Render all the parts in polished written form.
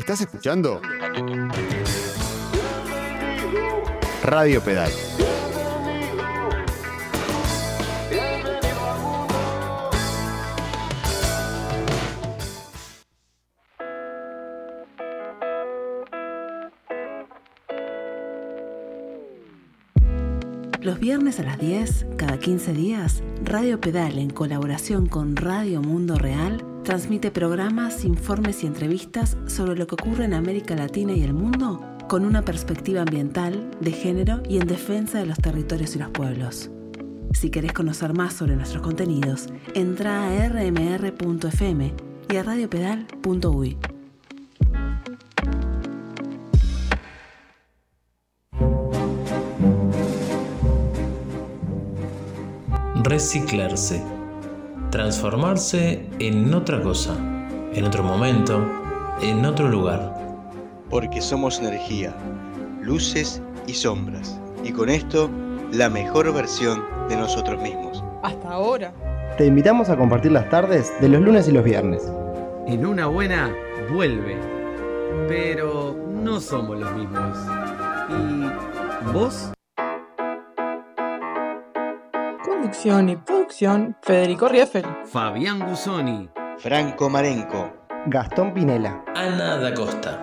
¿Estás escuchando? Radio Pedal. Los viernes a las 10, cada 15 días, Radio Pedal, en colaboración con Radio Mundo Real, transmite programas, informes y entrevistas sobre lo que ocurre en América Latina y el mundo, con una perspectiva ambiental, de género y en defensa de los territorios y los pueblos. Si querés conocer más sobre nuestros contenidos, entra a rmr.fm y a radiopedal.uy. Reciclarse. Transformarse en otra cosa, en otro momento, en otro lugar. Porque somos energía, luces y sombras. Y con esto, la mejor versión de nosotros mismos. Hasta ahora. Te invitamos a compartir las tardes de los lunes y los viernes. En una buena, vuelve. Pero no somos los mismos. ¿Y vos? Conducción y producción, Federico Rieffel, Fabián Gusoni, Franco Marenco, Gastón Pinela, Ana da Costa.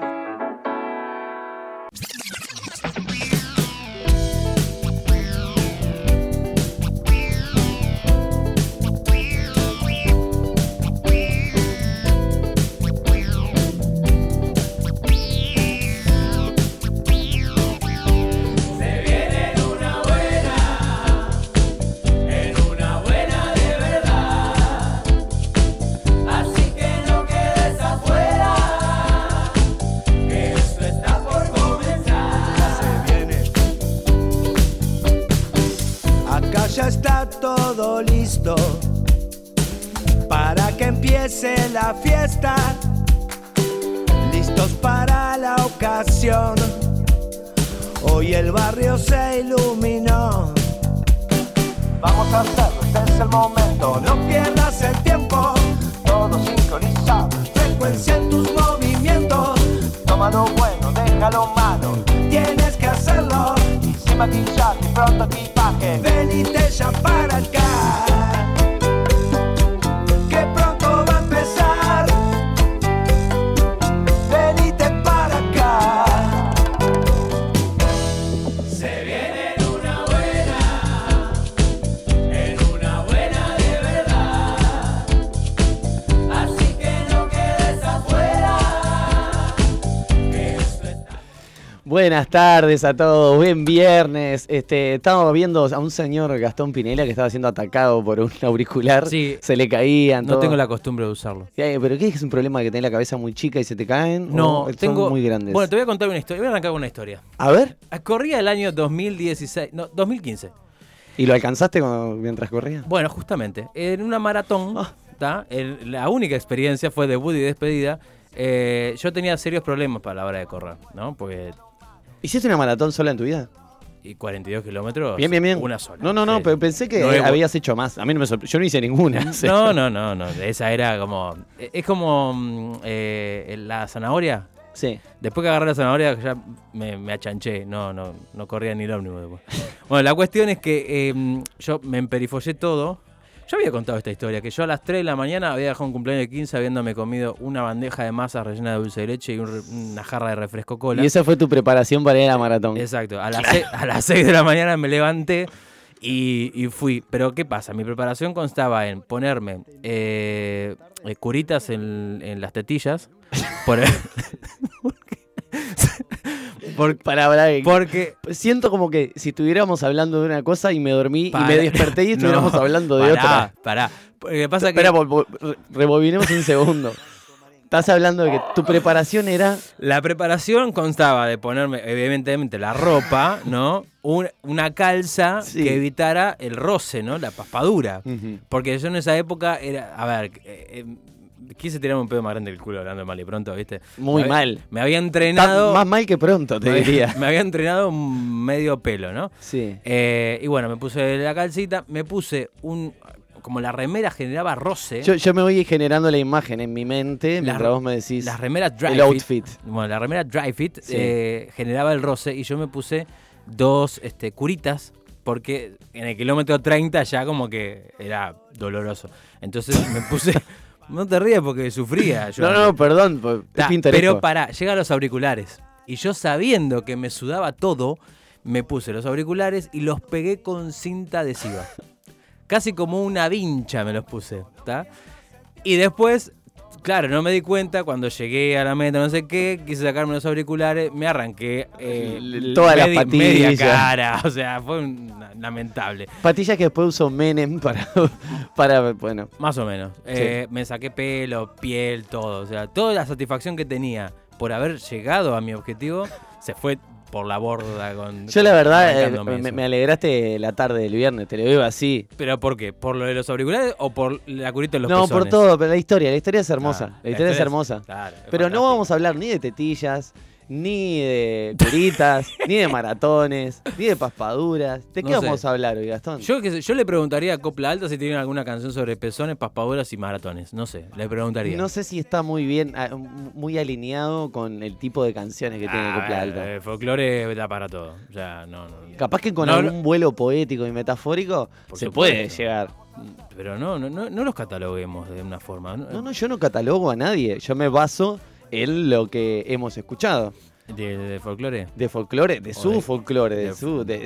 Ya está todo listo para que empiece la fiesta, listos para la ocasión. Hoy el barrio se iluminó. Vamos a hacerlo, este es el momento. No pierdas el tiempo, todo sincronizado. Frecuencia en tus movimientos. Toma lo bueno, deja lo malo. Tienes que hacerlo y sin maquillaje, pronto equipaje. Venite ya para acá, que pronto va a empezar. Venite para acá. Se viene en una buena de verdad. Así que no quedes afuera. Que esto está... Buenas tardes a todos, buen viernes. Estábamos viendo a un señor Gastón Pinela que estaba siendo atacado por un auricular. Sí, se le caían. No todo. tengo la costumbre de usarlo. ¿Pero qué es un problema de que tenés la cabeza muy chica y se te caen? No, son muy grandes. Bueno, te voy a contar una historia. Voy a arrancar con una historia. A ver. Corría el año 2016, no, 2015. ¿Y lo alcanzaste mientras corría? Bueno, justamente. En una maratón, la única experiencia fue debut y despedida. Yo tenía serios problemas para la hora de correr, ¿no? Porque... ¿Hiciste una maratón sola en tu vida? Y 42 kilómetros, bien. Una sola. No, pero pensé que habías hecho más. A mí no me sorprendió. Yo no hice ninguna. No. Esa era como... Es como la zanahoria. Sí. Después que agarré la zanahoria ya me achanché. No corría ni el ómnibus después. Bueno, la cuestión es que yo me emperifollé todo. Yo había contado esta historia, que yo a las 3 de la mañana había dejado un cumpleaños de 15 habiéndome comido una bandeja de masa rellena de dulce de leche y una jarra de refresco cola. Y esa fue tu preparación para ir a la maratón. Exacto. A las 6 de la mañana me levanté y fui. Pero ¿qué pasa? Mi preparación constaba en ponerme curitas en las tetillas. Porque siento como que si estuviéramos hablando de una cosa y me dormí y me desperté y estuviéramos hablando de otra. Pará. Porque pasa que... Espera, rebobinemos un segundo. Estás hablando de que tu preparación era... La preparación constaba de ponerme, evidentemente, la ropa, ¿no? Una calza que evitara el roce, ¿no? La paspadura. Uh-huh. Porque yo en esa época era... A ver... quise tirarme un pedo más grande del culo hablando mal y pronto, ¿viste? Muy mal. Me había entrenado... Más mal que pronto, te diría. Me había entrenado medio pelo, ¿no? Sí. Y bueno, me puse la calcita, me puse como la remera generaba roce. Yo me voy generando la imagen en mi mente mientras vos me decís las remeras dry el fit, outfit. Bueno, la remera dry fit Sí. generaba el roce y yo me puse 2 curitas porque en el kilómetro 30 ya como que era doloroso. Entonces me puse... No te rías porque sufría. Yo No, perdón, es pintoresco. pero llegan los auriculares. Y yo sabiendo que me sudaba todo, me puse los auriculares y los pegué con cinta adhesiva. Casi como una vincha me los puse, ¿tá? Y después, claro, no me di cuenta cuando llegué a la meta, no sé qué, quise sacarme los auriculares, me arranqué todas las patillas. Media cara, o sea, fue lamentable. Patillas que después usó Menem para bueno. Más o menos. Sí. Me saqué pelo, piel, todo. O sea, toda la satisfacción que tenía por haber llegado a mi objetivo se fue por la borda. Yo la verdad me alegraste la tarde del viernes, te lo digo así. ¿Pero por qué? ¿Por lo de los auriculares o por la curita en los No, pezones? por todo, pero la historia es hermosa. Ah, la historia es hermosa. Claro, pero no vamos a hablar ni de tetillas, ni de curitas, ni de maratones, ni de paspaduras. ¿De qué No sé. vamos a hablar hoy, Gastón? Yo le preguntaría a Copla Alta si tienen alguna canción sobre pezones, paspaduras y maratones. No sé, le preguntaría. No sé si está muy bien, muy alineado con el tipo de canciones que tiene Copla Alta. El folclore da para todo. O sea, no. Capaz que con algún vuelo poético y metafórico se puede llegar. Pero no los cataloguemos de una forma. No, yo no catalogo a nadie. Yo me baso en lo que hemos escuchado. ¿De folclore? De folclore, de su folclore, de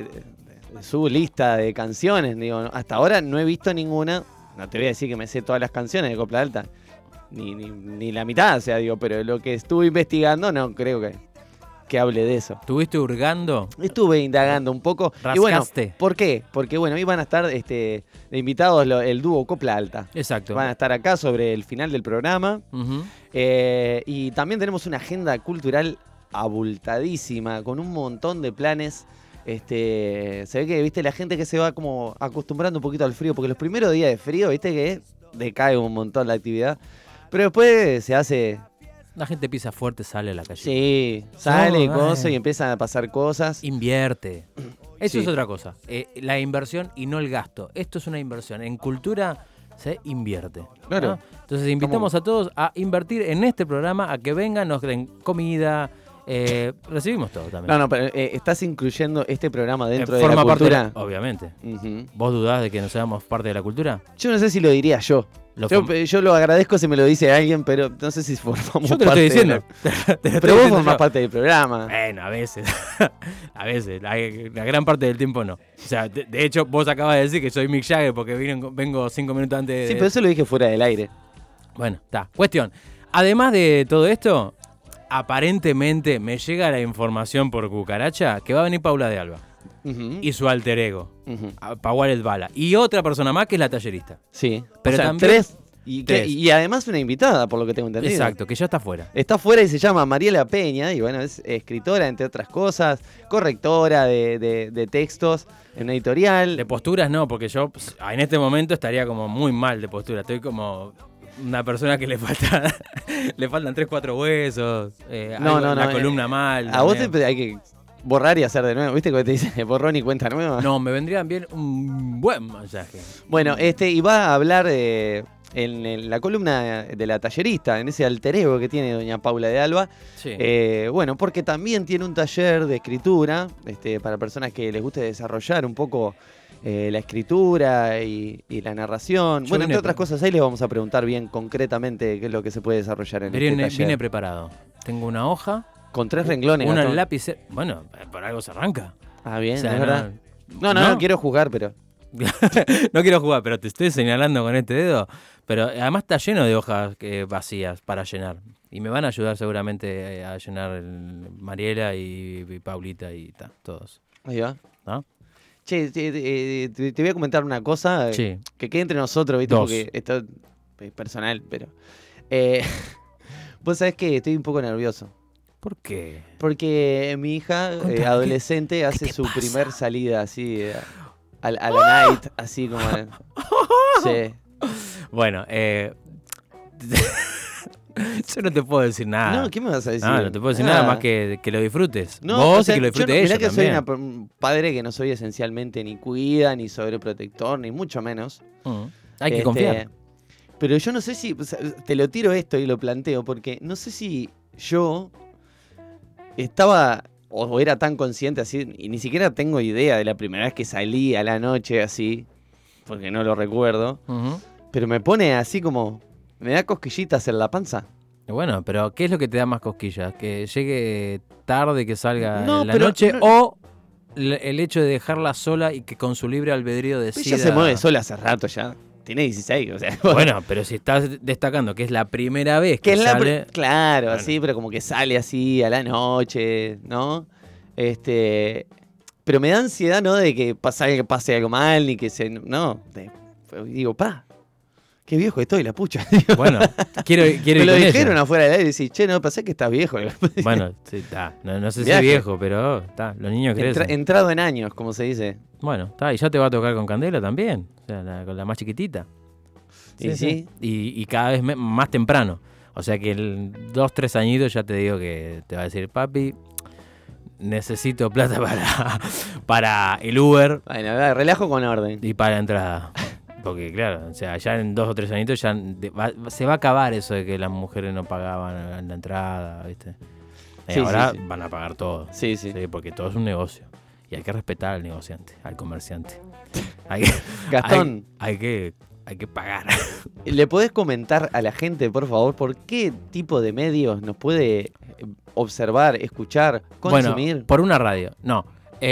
su lista de canciones. Digo, hasta ahora no he visto ninguna. No te voy a decir que me sé todas las canciones de Copla Alta. Ni la mitad, o sea, digo, pero lo que estuve investigando no creo que hable de eso. ¿Estuviste hurgando? Estuve indagando un poco. ¿Rascaste? Y bueno, ¿por qué? Porque bueno, iban a estar de invitados el dúo Copla Alta. Exacto. Van a estar acá sobre el final del programa. Uh-huh. Y también tenemos una agenda cultural abultadísima, con un montón de planes. Se ve que, viste, la gente que se va como acostumbrando un poquito al frío, porque los primeros días de frío, viste que decae un montón la actividad. Pero después se hace... La gente pisa fuerte, sale a la calle. Sí, sale y empiezan a pasar cosas. Invierte. Eso Sí. es otra cosa. La inversión y no el gasto. Esto es una inversión. En cultura se invierte. Claro. ¿No? Entonces invitamos a todos a invertir en este programa, a que vengan, nos den comida. Recibimos todo también. No, pero estás incluyendo este programa dentro de la Forma parte cultura. obviamente. Uh-huh. ¿Vos dudás de que no seamos parte de la cultura? Yo no sé si lo diría yo. Yo lo agradezco si me lo dice alguien, pero no sé si formamos Yo te lo parte estoy diciendo. Pero vos formás parte del programa. Bueno, a veces. A veces. La gran parte del tiempo no. O sea, de hecho, vos acabas de decir que soy Mick Jagger porque vengo 5 minutos antes de... Sí, pero eso lo dije fuera del aire. Bueno, está. Cuestión. Además de todo esto, aparentemente me llega la información por cucaracha que va a venir Paula de Alba. Uh-huh. Y su alter ego, Uh-huh. Paguares Bala. Y otra persona más que es la tallerista. Sí. Pero o sea, también... tres. Y además una invitada, por lo que tengo entendido. Exacto, que ya está fuera. Está fuera y se llama Mariela Peña, y bueno, es escritora, entre otras cosas, correctora de textos en una editorial. De posturas no, porque yo en este momento estaría como muy mal de postura. Estoy como una persona que le faltan 3-4 huesos, la columna mal. A vos hay que borrar y hacer de nuevo, ¿viste? Cuando te dicen borrón y cuenta nueva. No, me vendrían bien un buen masaje. Bueno, y va a hablar en la columna de la tallerista, en ese alter ego que tiene doña Paula de Alba. Sí. Bueno, porque también tiene un taller de escritura para personas que les guste desarrollar un poco la escritura y la narración. Bueno, entre otras cosas, ahí les vamos a preguntar bien concretamente qué es lo que se puede desarrollar en este taller. Vine preparado. Tengo una hoja. Con 3 renglones. Una lápiz. Bueno, por algo se arranca. Ah, bien, o sea, es verdad. No quiero jugar, pero... No quiero jugar, pero te estoy señalando con este dedo. Pero además está lleno de hojas vacías para llenar. Y me van a ayudar seguramente a llenar Mariela y Paulita y todos. Ahí va. ¿No? Che, te voy a comentar una cosa Sí. que quede entre nosotros, ¿viste? Porque esto es personal, pero... vos sabés que estoy un poco nervioso. ¿Por qué? Porque mi hija adolescente hace su primer salida así a la night, así como... Sí. Bueno, yo no te puedo decir nada. No, ¿qué me vas a decir? No te puedo decir nada más que lo disfrutes. No, vos o sea, y que lo disfrute ella mirá que también. soy un padre que no soy esencialmente ni cuida, ni sobreprotector, ni mucho menos. Hay que confiar. Pero yo no sé si, o sea, te lo tiro esto y lo planteo, porque no sé si yo estaba o era tan consciente así, y ni siquiera tengo idea de la primera vez que salí a la noche así, porque no lo recuerdo, pero me pone así como, me da cosquillitas en la panza. Bueno, pero ¿qué es lo que te da más cosquillas? ¿Que llegue tarde, que salga No, en la pero noche? no- ¿O el hecho de dejarla sola y que con su libre albedrío decida? Ella se mueve sola hace rato ya. Tiene 16, o sea. Bueno, pero si estás destacando que es la primera vez que es la sale... claro, Bueno. así, pero como que sale así a la noche, ¿no? Pero me da ansiedad, ¿no? De que pase algo mal, ni que se... No, digo, qué viejo estoy, la pucha. Bueno, quiero ir me lo con dijeron ella. afuera del aire y decís, che, no, pensé que estás viejo. Bueno, sí, está. No sé si Viaje. viejo, pero está. Los niños crecen. Entrado en años, como se dice. Bueno, está. Y ya te va a tocar con Candela también. O sea, con la más chiquitita. Y sí. Y cada vez más temprano. O sea que 2-3 añitos ya te digo que te va a decir, papi, necesito plata para el Uber. Bueno, relajo con orden. Y para la entrada. Porque claro, o sea, ya en 2 o 3 añitos ya se va a acabar eso de que las mujeres no pagaban la entrada, ¿viste? Y Sí, ahora sí. van a pagar todo. Sí. Porque todo es un negocio. Y hay que respetar al negociante, al comerciante. Gastón. Hay que pagar. ¿Le podés comentar a la gente, por favor, por qué tipo de medios nos puede observar, escuchar, consumir? Bueno, por una radio. No.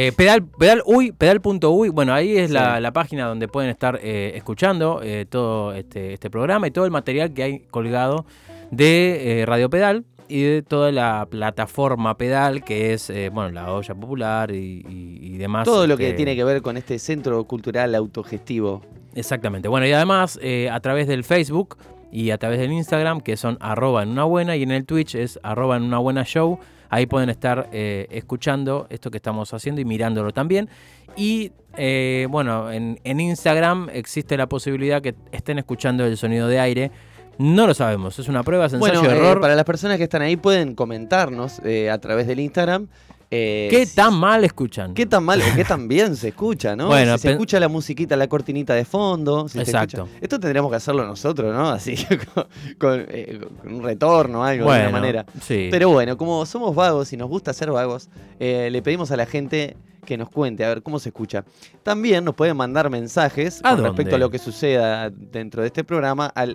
Pedal.uy, bueno, ahí es la página donde pueden estar escuchando todo este programa y todo el material que hay colgado de Radio Pedal y de toda la plataforma Pedal, que es la olla popular y demás. Todo lo que tiene que ver con este centro cultural autogestivo. Exactamente. Bueno, y además a través del Facebook y a través del Instagram, que son @enunabuena, y en el Twitch es @enunabuenashow. Ahí pueden estar escuchando esto que estamos haciendo y mirándolo también. Y en Instagram existe la posibilidad que estén escuchando el sonido de aire. No lo sabemos, es una prueba, es ensayo de error. Para las personas que están ahí pueden comentarnos a través del Instagram. ¿Qué tan mal escuchan? ¿Qué tan mal o qué tan bien se escucha, no? Bueno, si se escucha la musiquita, la cortinita de fondo. Si exacto. Esto tendríamos que hacerlo nosotros, ¿no? Así, con un retorno, algo de alguna manera. Sí. Pero bueno, como somos vagos y nos gusta ser vagos, le pedimos a la gente que nos cuente, a ver cómo se escucha. También nos pueden mandar mensajes con respecto a lo que suceda dentro de este programa al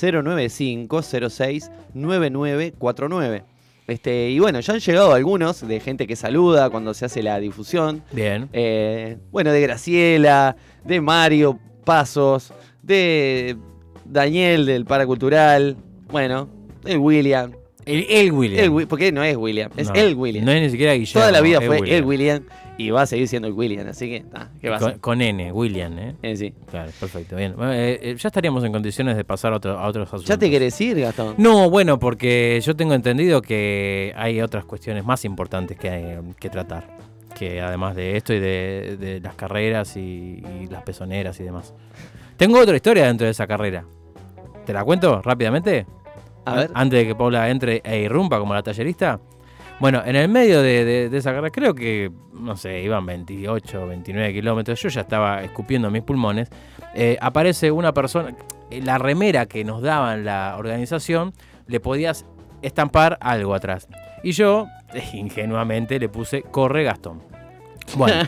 095-06-9949. Y bueno, ya han llegado algunos de gente que saluda cuando se hace la difusión. Bien. De Graciela, de Mario Pasos, de Daniel del Paracultural, bueno, de William. El William. Porque no es William, es No, el William. No es ni siquiera Guillermo. Toda la vida es fue William. el William y va a seguir siendo el William, así que, ¿qué va a ser? Con N, William, ¿eh? Sí. Claro, perfecto, bien. Bueno, ya estaríamos en condiciones de pasar a otros asuntos. ¿Ya te querés ir, Gastón? No, bueno, porque yo tengo entendido que hay otras cuestiones más importantes que tratar. Que además de esto y de las carreras y las pezoneras y demás. Tengo otra historia dentro de esa carrera. ¿Te la cuento rápidamente? A ver. Antes de que Paula entre e irrumpa como la tallerista. Bueno, en el medio de esa carrera, creo que, no sé, iban 28, 29 kilómetros. Yo ya estaba escupiendo mis pulmones. Aparece una persona, la remera que nos daban la organización, le podías estampar algo atrás. Y yo, ingenuamente, le puse "Corre Gastón". Bueno,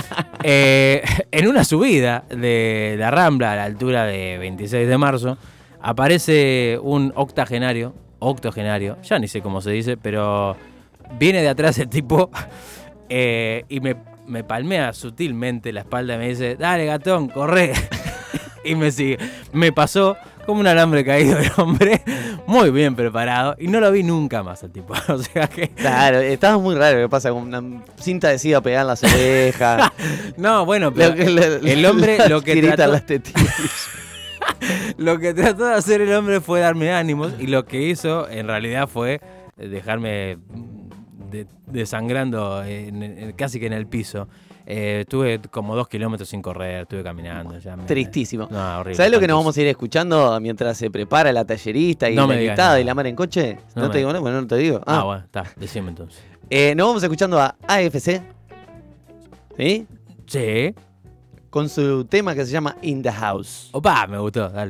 en una subida de la Rambla a la altura de 26 de marzo, aparece un octogenario, ya ni sé cómo se dice, pero viene de atrás el tipo y me palmea sutilmente la espalda y me dice: "Dale, Gatón, corre". Y me sigue. Me pasó como un alambre caído el hombre, muy bien preparado, y no lo vi nunca más al tipo. O sea que... Claro, estaba muy raro que pasa con una cinta adhesiva pegada en las orejas. No, bueno, pero el hombre lo que trató... las tetillas. Lo que trató de hacer el hombre fue darme ánimos, y lo que hizo en realidad fue dejarme desangrando casi que en el piso. Tuve como 2 kilómetros sin correr, estuve caminando. Tristísimo. No, horrible. ¿Sabés lo que nos vamos a ir escuchando mientras se prepara la tallerista y la invitada y la mar en coche? ¿No te digo nada? Bueno, no te digo. Bueno, está, decime entonces. Nos vamos escuchando a AFC. ¿Sí? Sí. con su tema que se llama In the House. Opa, me gustó, dale.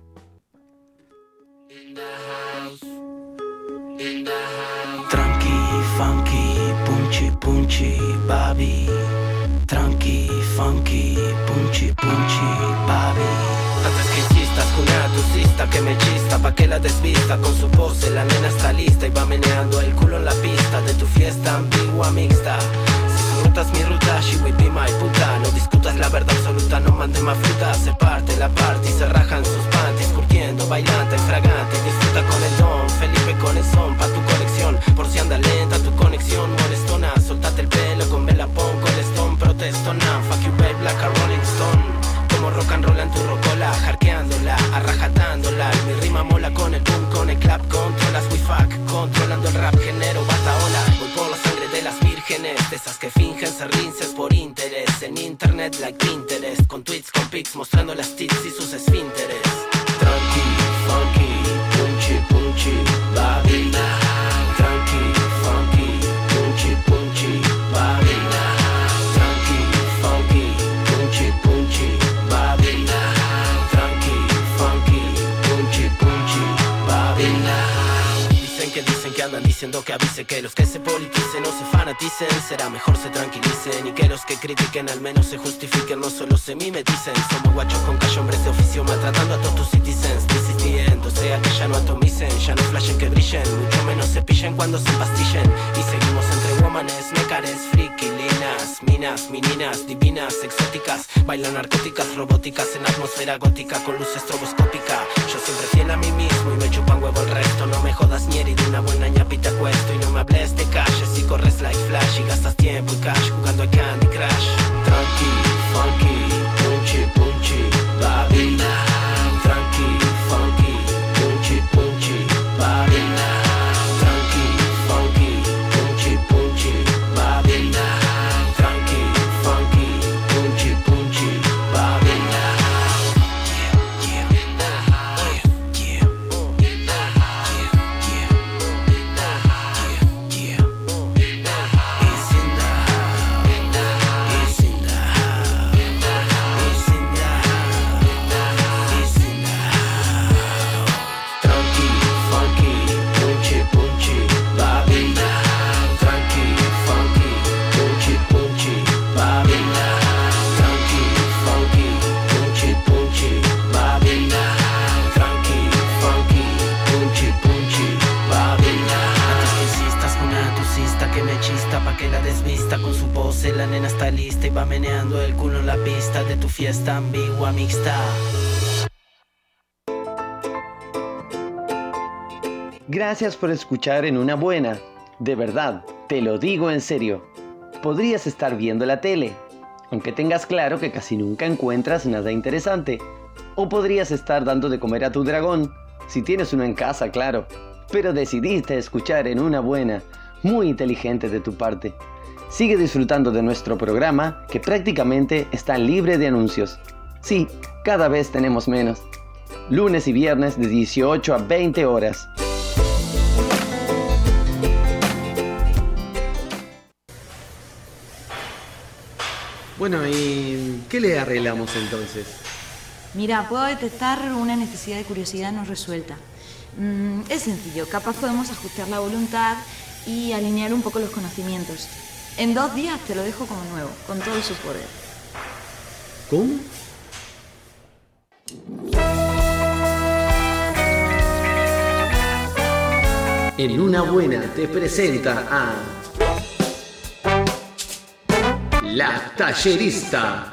Tranqui, funky, punchy, punchy, babi. Tranqui, funky, punchy, punchy, babi. Antes que insistas con una tucista que me chista pa' que la desvista con su pose, la nena está lista y va meneando el culo en la pista de tu fiesta ambigua mixta. Si su ruta es mi ruta, she will be my puta. No discutas la verdad absoluta, no mandes más fruta. Se parte la party, se rajan sus panties, curtiendo, bailante, fragante. Disfruta con el don, Felipe con el son pa' tu colección. Por si anda lenta tu conexión molestona, soltate el pelo con vela, pon con el stone, protestona. Fuck you babe like a rolling stone. Como rock and roll en tu rocola, jarqueándola, arrajatándola. Mi rima mola con el boom, con el clap, controlas we fuck, controlando el rap, genero bataola. Voy por la sangre de las vírgenes, de esas que fingen ser rinces por interés. En internet like Pinterest, con tweets, con pics, mostrando las tits y sus esfínteres. Tranqui, funky, punchy, punchy, babi. Tranqui, funky, punchy, punchy, babi. Tranqui, funky, punchy, punchy, babi. Tranqui, funky, punchy, punchy, babi. Dicen que andan diciendo que avise que los que se politicen o se fanaticen será mejor se tranquilicen y que los que critiquen al menos se justifiquen, no solo se mimeticen. Somos guachos con calle, hombres de oficio maltratando a todos tus citizens, desistiendo, sea que ya no atomicen, ya no flashen que brillen, mucho menos se pillen cuando se pastillen. Y seguimos entre womanes, mecares, frikilinas, minas, meninas, divinas, exóticas, bailan narcóticas, robóticas en atmósfera gótica con luz estroboscópica. Yo siempre fiel a mí mismo y me chupan huevo el resto, no me jodas ñeri, de una buena ñapita cuesto. Y no me hables de cash, si corres like flash y gastas tiempo y cash jugando a Candy Crush. Tranqui, funky, punchy, punchy, babi. Tranqui, funky, punchy, punchy, babi. Tranqui, funky, punchy, punchy, babi. Tranqui, funky, punchy, punchy, babi. La nena está lista y va meneando el culo en la pista de tu fiesta ambigua mixta. Gracias por escuchar En Una Buena. De verdad, te lo digo en serio. Podrías estar viendo la tele, aunque tengas claro que casi nunca encuentras nada interesante. O podrías estar dando de comer a tu dragón, si tienes uno en casa, claro. Pero decidiste escuchar En Una Buena. Muy inteligente de tu parte. Sigue disfrutando de nuestro programa, que prácticamente está libre de anuncios. Sí, cada vez tenemos menos. Lunes y viernes de 18 a 20 horas. Bueno, ¿y qué le arreglamos entonces? Mira, puedo detectar una necesidad de curiosidad no resuelta. Es sencillo, capaz podemos ajustar la voluntad y alinear un poco los conocimientos. En 2 días te lo dejo como nuevo, con todo su poder. ¿Cómo? En Una Buena te presenta a La Tallerista.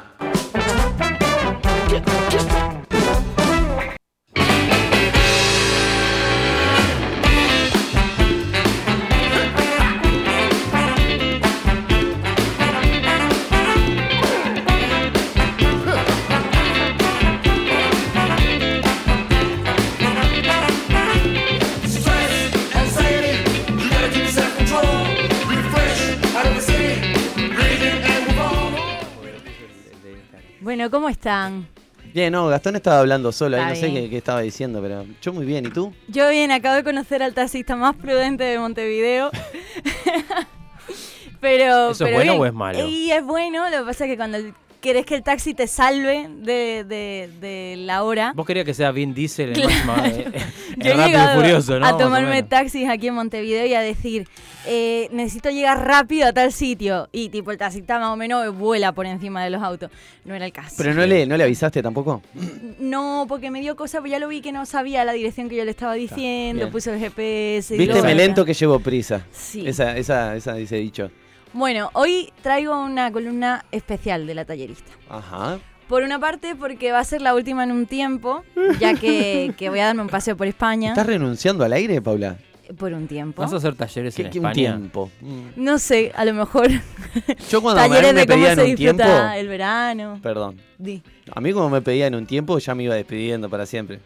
Bueno, ¿cómo están? Bien, no, Gastón estaba hablando solo, ahí Está no sé bien. qué estaba diciendo, pero yo muy bien, ¿y tú? Yo bien, acabo de conocer al taxista más prudente de Montevideo. ¿Eso pero es bueno bien. o es malo? Y es bueno, lo que pasa es que cuando querés que el taxi te salve de la hora. Vos querías que sea Vin Diesel Claro. Yo he Rápido y llegado Furioso, ¿no? a Más o tomarme menos. taxis aquí en Montevideo y a decir, necesito llegar rápido a tal sitio. Y tipo el taxista más o menos vuela por encima de los autos. No era el caso. Pero no le avisaste tampoco. No, porque me dio cosa, pues ya lo vi que no sabía la dirección que yo le estaba diciendo, bien. puse el GPS. y Vísteme todo. lento que llevo prisa. Sí. Esa dice dicho. Bueno, hoy traigo una columna especial de La Tallerista. Ajá. Por una parte, porque va a ser la última en un tiempo, ya que voy a darme un paseo por España. ¿Estás renunciando al aire, Paula? Por un tiempo. ¿Vas a hacer talleres en Un España? tiempo. No sé, a lo mejor. Yo cuando a mí talleres me de cómo pedían se un tiempo... disfruta el verano. Perdón. Di. A mí como me pedían un tiempo, ya me iba despidiendo para siempre.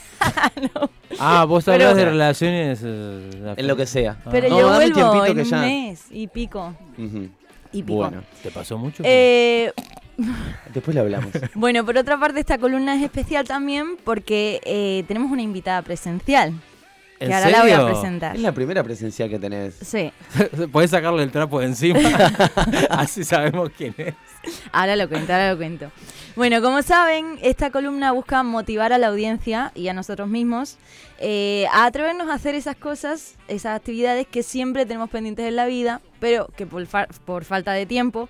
Ah, vos Pero- hablas de relaciones... En lo que sea. Pero No, yo dame un vuelvo tiempito en que un ya- mes y pico. Ujú. Y pico. Bueno, ¿Te pasó mucho? después le hablamos. Bueno, por otra parte, esta columna es especial también porque tenemos una invitada presencial. ¿En Que ahora la voy a serio? presentar. Es la primera presencial que tenés. Sí. Podés sacarle el trapo de encima. Así sabemos quién es. Ahora lo cuento. Bueno, como saben, esta columna busca motivar a la audiencia y a nosotros mismos a atrevernos a hacer esas cosas, esas actividades que siempre tenemos pendientes en la vida, pero que por falta de tiempo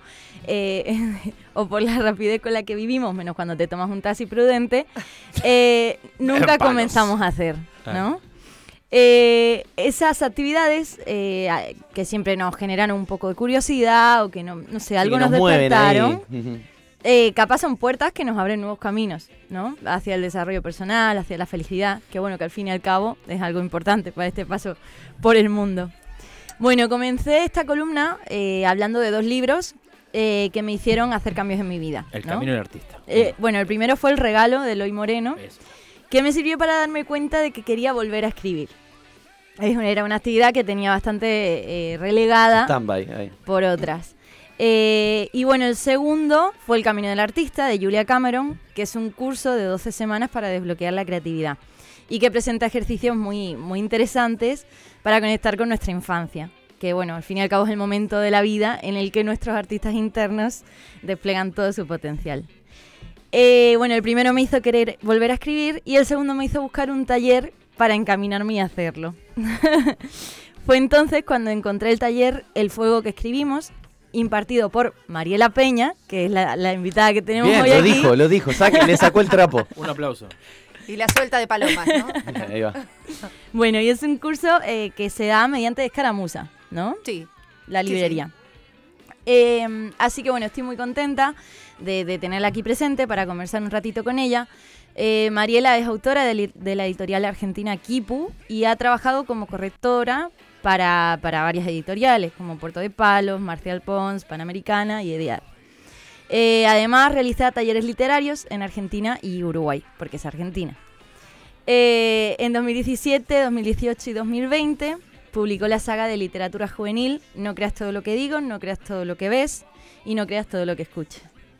o por la rapidez con la que vivimos, menos cuando te tomas un taxi prudente, nunca Palos. comenzamos a hacer, ¿no? Claro. Esas actividades que siempre nos generan un poco de curiosidad o que no sé, algo Sí, nos mueven ahí. despertaron. Ujú. Capaz son puertas que nos abren nuevos caminos, ¿no? Hacia el desarrollo personal, hacia la felicidad, que bueno, que al fin y al cabo es algo importante para este paso por el mundo. Bueno, comencé esta columna hablando de 2 libros que me hicieron hacer cambios en mi vida. El ¿no? camino del artista. Bueno, el primero fue El regalo de Eloy Moreno, Eso. que me sirvió para darme cuenta de que quería volver a escribir. Era una actividad que tenía bastante relegada Stand-by, ahí. por otras. Y bueno, el segundo fue El camino del artista de Julia Cameron, que es un curso de 12 semanas para desbloquear la creatividad y que presenta ejercicios muy, muy interesantes para conectar con nuestra infancia, que bueno, al fin y al cabo es el momento de la vida en el que nuestros artistas internos desplegan todo su potencial. Bueno, el primero me hizo querer volver a escribir y el segundo me hizo buscar un taller para encaminarme y hacerlo. Fue entonces cuando encontré el taller El fuego que escribimos, impartido por Mariela Peña, que es la invitada que tenemos Bien, hoy lo aquí. dijo. Le sacó el trapo. Un aplauso. Y la suelta de palomas, ¿no? Ahí va. Bueno, y es un curso que se da mediante Escaramuza, ¿no? Sí. La librería. Así que bueno, estoy muy contenta de tenerla aquí presente para conversar un ratito con ella. Mariela es autora de la editorial argentina Kipu y ha trabajado como correctora para varias editoriales como Puerto de Palos, Marcial Pons, Panamericana y Ediar. Además realiza talleres literarios en Argentina y Uruguay, porque es argentina. En 2017, 2018 y 2020 publicó la saga de literatura juvenil No creas todo lo que digo, no creas todo lo que ves y no creas todo lo que escuches.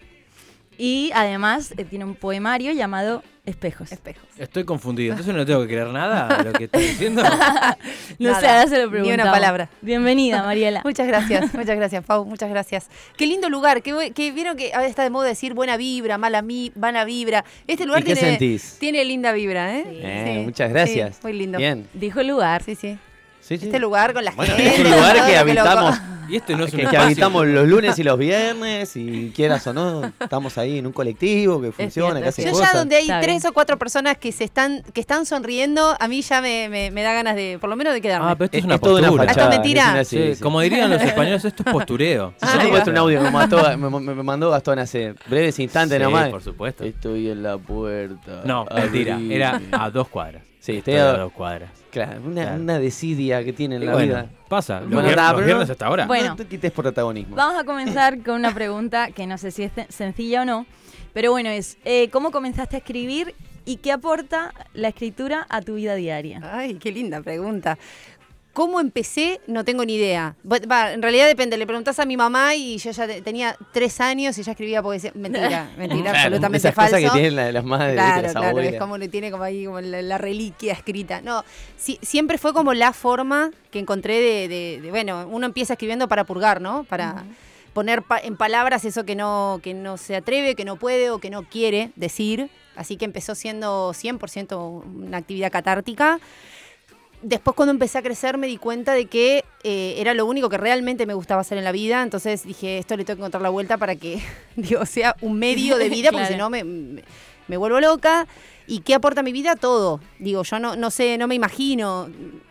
Y además tiene un poemario llamado Espejos. Estoy confundido. Entonces no tengo que creer nada de lo que estoy diciendo. No sé, ahora se lo Ni preguntamos. una palabra. Bienvenida, Mariela. Muchas gracias, Pau, muchas gracias. Qué lindo lugar, que vieron que ahora está de moda decir buena vibra, mala vibra. Este lugar ¿Y qué sentís? tiene linda vibra, ¿eh? Sí, muchas gracias. sí, muy lindo. Bien. Dijo el lugar. Sí, sí. Sí, sí. Este lugar con la Bueno, gente. es un lugar todo que lo loco. habitamos. Y este no es un que espacio. habitamos los lunes y los viernes, y quieras o no, estamos ahí en un colectivo que funciona, que hace Yo cosas. ya donde hay Está 3 bien. o 4 personas que están sonriendo, a mí ya me da ganas de, por lo menos de quedarme. Ah, pero esto es una toda postura. fachada, ¿Esto es mentira? es una- Sí, sí. como dirían los españoles, esto es postureo. Si yo te muestro un audio que me mandó Gastón hace breves instantes Sí, nomás. por supuesto. Estoy en la puerta. No, mentira. Abrí. Era a 2 cuadras. Sí, Estoy estoy a a 2 cuadras. Claro, Claro. una desidia que tiene en Y la bueno, vida. pasa. Los Bueno, viernes, nada, los pero viernes no- hasta ahora. Bueno. No te quites protagonismo. Vamos a comenzar con una pregunta que no sé si es sencilla o no, pero bueno, es ¿cómo comenzaste a escribir y qué aporta la escritura a tu vida diaria? Ay, qué linda pregunta. ¿Cómo empecé? No tengo ni idea. En realidad depende. Le preguntás a mi mamá y yo ya tenía 3 años y ya escribía poesía. Mentira, Claro, absolutamente esas falso. cosas que tienen las madres, Claro, las claro, abuelas. es como le tiene como ahí como la reliquia escrita. No, siempre fue como la forma que encontré de bueno, uno empieza escribiendo para purgar, ¿no? poner en palabras eso que no se atreve, que no puede o que no quiere decir. Así que empezó siendo 100% una actividad catártica. Después, cuando empecé a crecer, me di cuenta de que era lo único que realmente me gustaba hacer en la vida. Entonces dije, esto le tengo que encontrar la vuelta para que sea un medio de vida, porque si no me vuelvo loca. ¿Y qué aporta a mi vida? Todo. Digo, yo no sé, no me imagino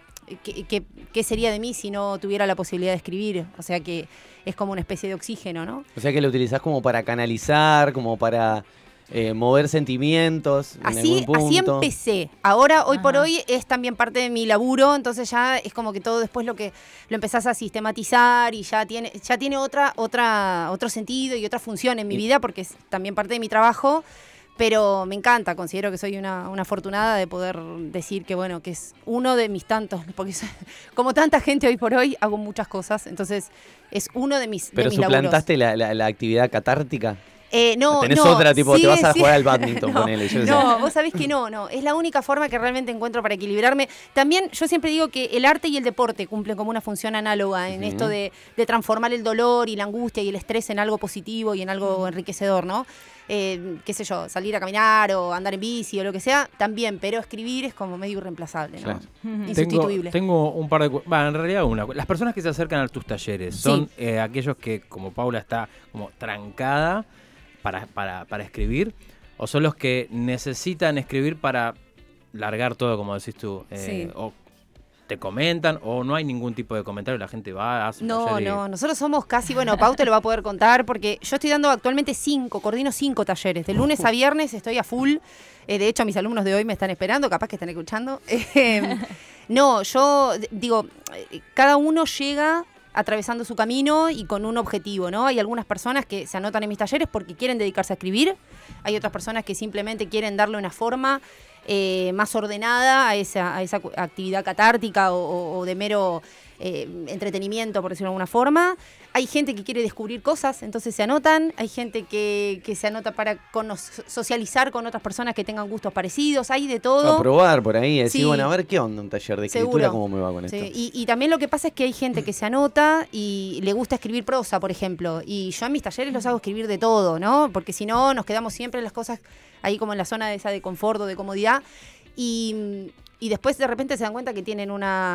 qué sería de mí si no tuviera la posibilidad de escribir. O sea que es como una especie de oxígeno, ¿no? O sea que lo utilizás como para canalizar, como para mover sentimientos en algún punto. Así empecé. Ahora, hoy por hoy, es también parte de mi laburo, entonces ya es como que todo después lo empezás a sistematizar y ya tiene otro sentido y otra función en mi vida, porque es también parte de mi trabajo. Pero me encanta, considero que soy una afortunada de poder decir que, bueno, que es uno de mis tantos, porque como tanta gente hoy por hoy, hago muchas cosas, entonces es uno de mis ¿Pero suplantaste la actividad catártica? No, ¿Tenés no, otra, tipo, sí, te vas a sí. jugar al badminton, ponele? No, vos sabés que no. Es la única forma que realmente encuentro para equilibrarme. También yo siempre digo que el arte y el deporte cumplen como una función análoga en esto de transformar el dolor y la angustia y el estrés en algo positivo y en algo enriquecedor, ¿no? Qué sé yo, salir a caminar o andar en bici o lo que sea, también, pero escribir es como medio irreemplazable, ¿no? Claro. Insustituible. Tengo un par de... en realidad una. Las personas que se acercan a tus talleres son aquellos que, como Paula, está como trancada para escribir, o son los que necesitan escribir para largar todo, como decís tú, o te comentan, o no hay ningún tipo de comentario, la gente va, hace un taller No, nosotros somos casi, bueno, Pau te lo va a poder contar, porque yo estoy dando actualmente coordino 5 talleres, de lunes a viernes estoy a full, de hecho mis alumnos de hoy me están esperando, capaz que están escuchando. No, yo digo, cada uno llega atravesando su camino y con un objetivo, ¿no? Hay algunas personas que se anotan en mis talleres porque quieren dedicarse a escribir, hay otras personas que simplemente quieren darle una forma más ordenada a esa actividad catártica o de mero entretenimiento, por decirlo de alguna forma. Hay gente que quiere descubrir cosas, entonces se anotan. Hay gente que se anota para socializar con otras personas que tengan gustos parecidos. Hay de todo. A probar por ahí, decir, Sí. bueno, a ver qué onda un taller de escritura, Seguro. cómo me va con Sí. esto. Y también lo que pasa es que hay gente que se anota y le gusta escribir prosa, por ejemplo. Y yo en mis talleres los hago escribir de todo, ¿no? Porque si no, nos quedamos siempre en las cosas ahí como en la zona de confort o de comodidad. Y después de repente se dan cuenta que tienen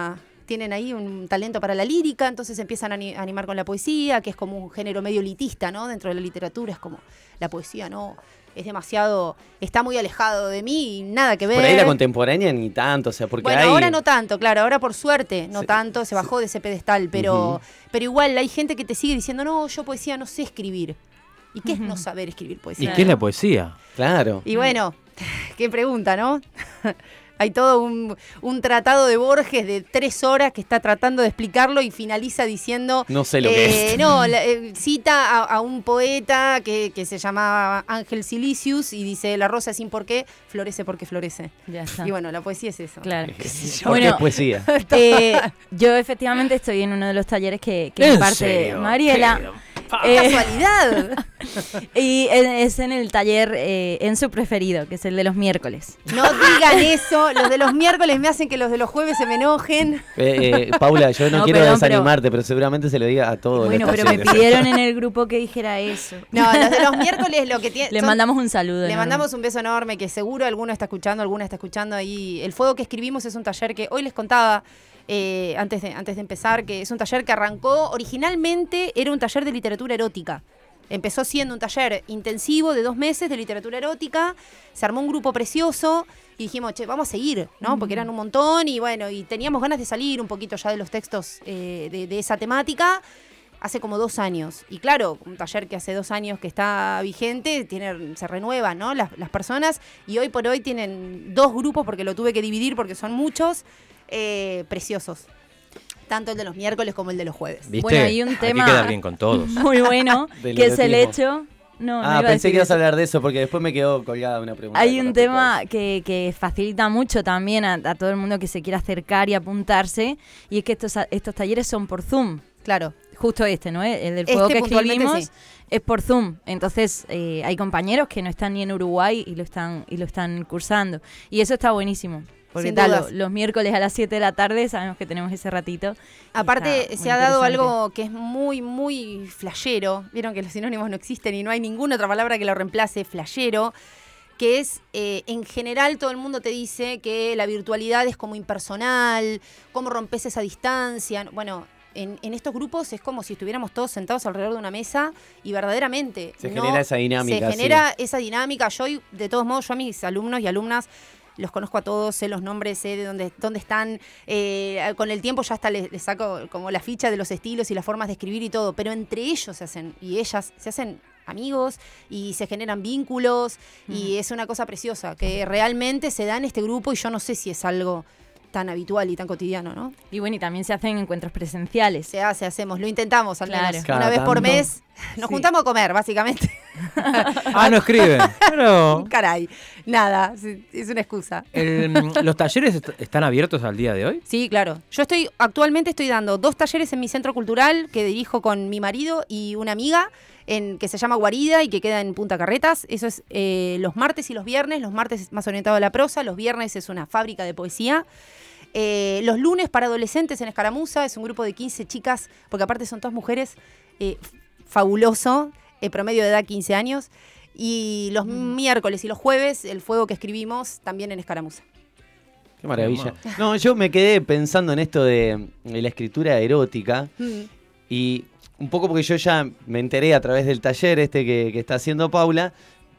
ahí un talento para la lírica, entonces empiezan a animar con la poesía, que es como un género medio elitista, ¿no? Dentro de la literatura es como la poesía, ¿no? Es demasiado, está muy alejado de mí y nada que ver. Por ahí la contemporánea ni tanto, o sea, porque Bueno, hay... ahora no tanto, claro, ahora por suerte no tanto, se bajó de ese pedestal, pero igual hay gente que te sigue diciendo, no, yo poesía no sé escribir. ¿Y qué es no saber escribir poesía? ¿Y qué es la poesía? Claro. Y bueno, qué pregunta, ¿no? Hay todo un tratado de Borges de 3 horas que está tratando de explicarlo y finaliza diciendo... No sé lo que es. No, cita a un poeta que se llamaba Ángel Silicius y dice, la rosa sin por qué, florece porque florece. Ya está. Y bueno, la poesía es eso. Claro. ¿Por qué es poesía? Yo efectivamente estoy en uno de los talleres que ¿En imparte serio? Mariela. ¡Casualidad! Y es en el taller en su preferido, que es el de los miércoles. No digan eso, los de los miércoles me hacen que los de los jueves se me enojen. Paula, yo no, No, quiero perdón, desanimarte, pero seguramente se lo diga a todos. Bueno, los pero me talleres. pidieron en el grupo que dijera eso. No, los de los miércoles lo que tienen... Le mandamos un saludo. Le enorme. mandamos un beso enorme, que seguro alguna está escuchando ahí. El Fuego que escribimos es un taller que hoy les contaba, antes de empezar, que es un taller que arrancó, originalmente era un taller de literatura erótica. Empezó siendo un taller intensivo de 2 meses de literatura erótica, se armó un grupo precioso y dijimos, che, vamos a seguir, ¿no? Porque eran un montón y bueno, y teníamos ganas de salir un poquito ya de los textos de esa temática. Hace como 2 años. Y claro, un taller que hace 2 años que está vigente, se renuevan, ¿no? Las personas. Y hoy por hoy tienen 2 grupos, porque lo tuve que dividir porque son muchos, preciosos. Tanto el de los miércoles como el de los jueves. ¿Viste? Bueno, hay un tema Hay que quedar bien con todos. muy bueno, Del que es el erotismo. hecho... No, no iba a Pensé decir que ibas a eso. hablar de eso, porque después me quedó colgada una pregunta. Hay con un respecto a tema eso. que facilita mucho también a todo el mundo que se quiera acercar y apuntarse, y es que estos talleres son por Zoom. Claro. Justo ¿no? El del fuego que puntualmente escribimos sí. es por Zoom. Entonces hay compañeros que no están ni en Uruguay y lo están cursando. Y eso está buenísimo. Porque Sin tal, dudas. los miércoles a las 7 de la tarde sabemos que tenemos ese ratito. Aparte, Está se muy ha dado interesante. algo que es muy, muy flashero. Vieron que los sinónimos no existen y no hay ninguna otra palabra que lo reemplace, flashero, que es, en general, todo el mundo te dice que la virtualidad es como impersonal, cómo rompes esa distancia. Bueno, en estos grupos es como si estuviéramos todos sentados alrededor de una mesa y verdaderamente Se genera esa dinámica, Se genera esa dinámica. De todos modos, yo a mis alumnos y alumnas los conozco a todos, sé los nombres, sé de dónde están. Con el tiempo ya hasta les saco como la ficha de los estilos y las formas de escribir y todo. Pero entre ellos se hacen, y ellas se hacen amigos y se generan vínculos. Y es una cosa preciosa que realmente se da en este grupo y yo no sé si es algo tan habitual y tan cotidiano, ¿no? Y bueno, y también se hacen encuentros presenciales. Hacemos, lo intentamos al menos. Claro. Una vez por tanto. mes nos juntamos a comer, básicamente. No escriben. Pero Caray, nada, es una excusa. ¿los talleres están abiertos al día de hoy? Sí, claro. Yo actualmente estoy dando 2 talleres en mi centro cultural que dirijo con mi marido y una amiga que se llama Guarida y que queda en Punta Carretas. Eso es los martes y los viernes. Los martes es más orientado a la prosa, los viernes es una fábrica de poesía. Los lunes para adolescentes en Escaramuza es un grupo de 15 chicas, porque aparte son todas mujeres, fabuloso, promedio de edad 15 años. Y los miércoles y los jueves, el fuego que escribimos también en Escaramuza. Qué maravilla. No, yo me quedé pensando en esto de la escritura erótica y un poco porque yo ya me enteré a través del taller que está haciendo Paula.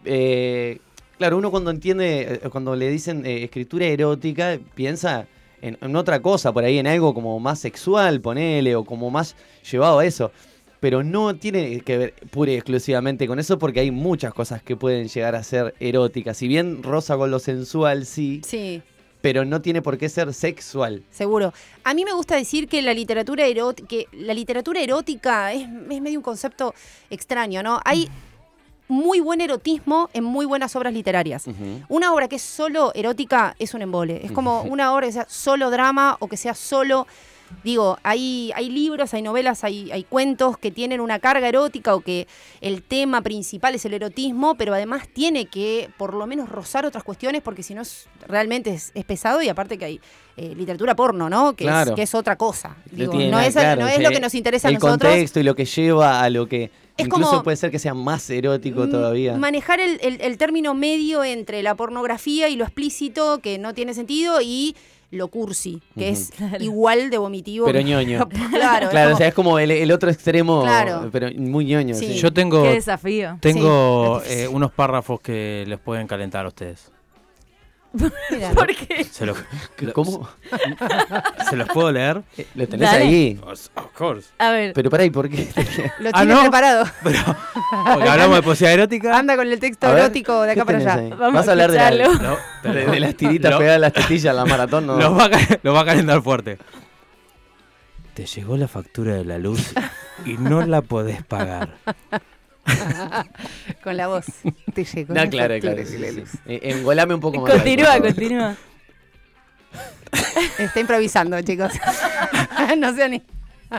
Claro, uno cuando entiende, cuando le dicen escritura erótica, piensa en otra cosa, por ahí en algo como más sexual, ponele, o como más llevado a eso. Pero no tiene que ver pura y exclusivamente con eso porque hay muchas cosas que pueden llegar a ser eróticas. Si bien roza con lo sensual, sí. Sí. Pero no tiene por qué ser sexual. Seguro. A mí me gusta decir que la literatura erótica es medio un concepto extraño, ¿no? Hay muy buen erotismo en muy buenas obras literarias. Una obra que es solo erótica es un embole. Es como una obra que sea solo drama o que sea solo... Digo, hay libros, hay novelas, hay cuentos que tienen una carga erótica o que el tema principal es el erotismo, pero además tiene que por lo menos rozar otras cuestiones porque si no realmente es pesado y aparte que hay literatura porno, ¿no? Que, claro. Es otra cosa. Digo, Tiene, no es lo que nos interesa a nosotros. El contexto y lo que lleva a lo que Es incluso como puede ser que sea más erótico todavía. Manejar el término medio entre la pornografía y lo explícito, que no tiene sentido, y lo cursi, que es igual de vomitivo. Pero ñoño. Claro, o sea, es como el otro extremo, Claro. pero muy ñoño. Sí. Sí. Yo tengo, Qué desafío. Tengo Sí. unos párrafos que les pueden calentar a ustedes. Mira. ¿Por qué? ¿Cómo? ¿Se los puedo leer? ¿Lo tenés Dale. ahí? Of course. A ver, Pero pará, ¿y por qué? Lo tiene preparado. Porque hablamos de poesía erótica. Anda con el texto A ver, erótico de acá ¿qué para tenés allá. ahí? Vamos ¿Vas a a hablar escucharlo. de las tiritas pegadas a las tetillas, la maratón? No. Los va a calentar fuerte. Te llegó la factura de la luz y no la podés pagar. Con la voz. Te llegó. No, la claro, factura claro. de la Sí, luz. sí. Engolame un poco más. continúa, ahí, por favor. continúa. Está improvisando, chicos. No sé ni.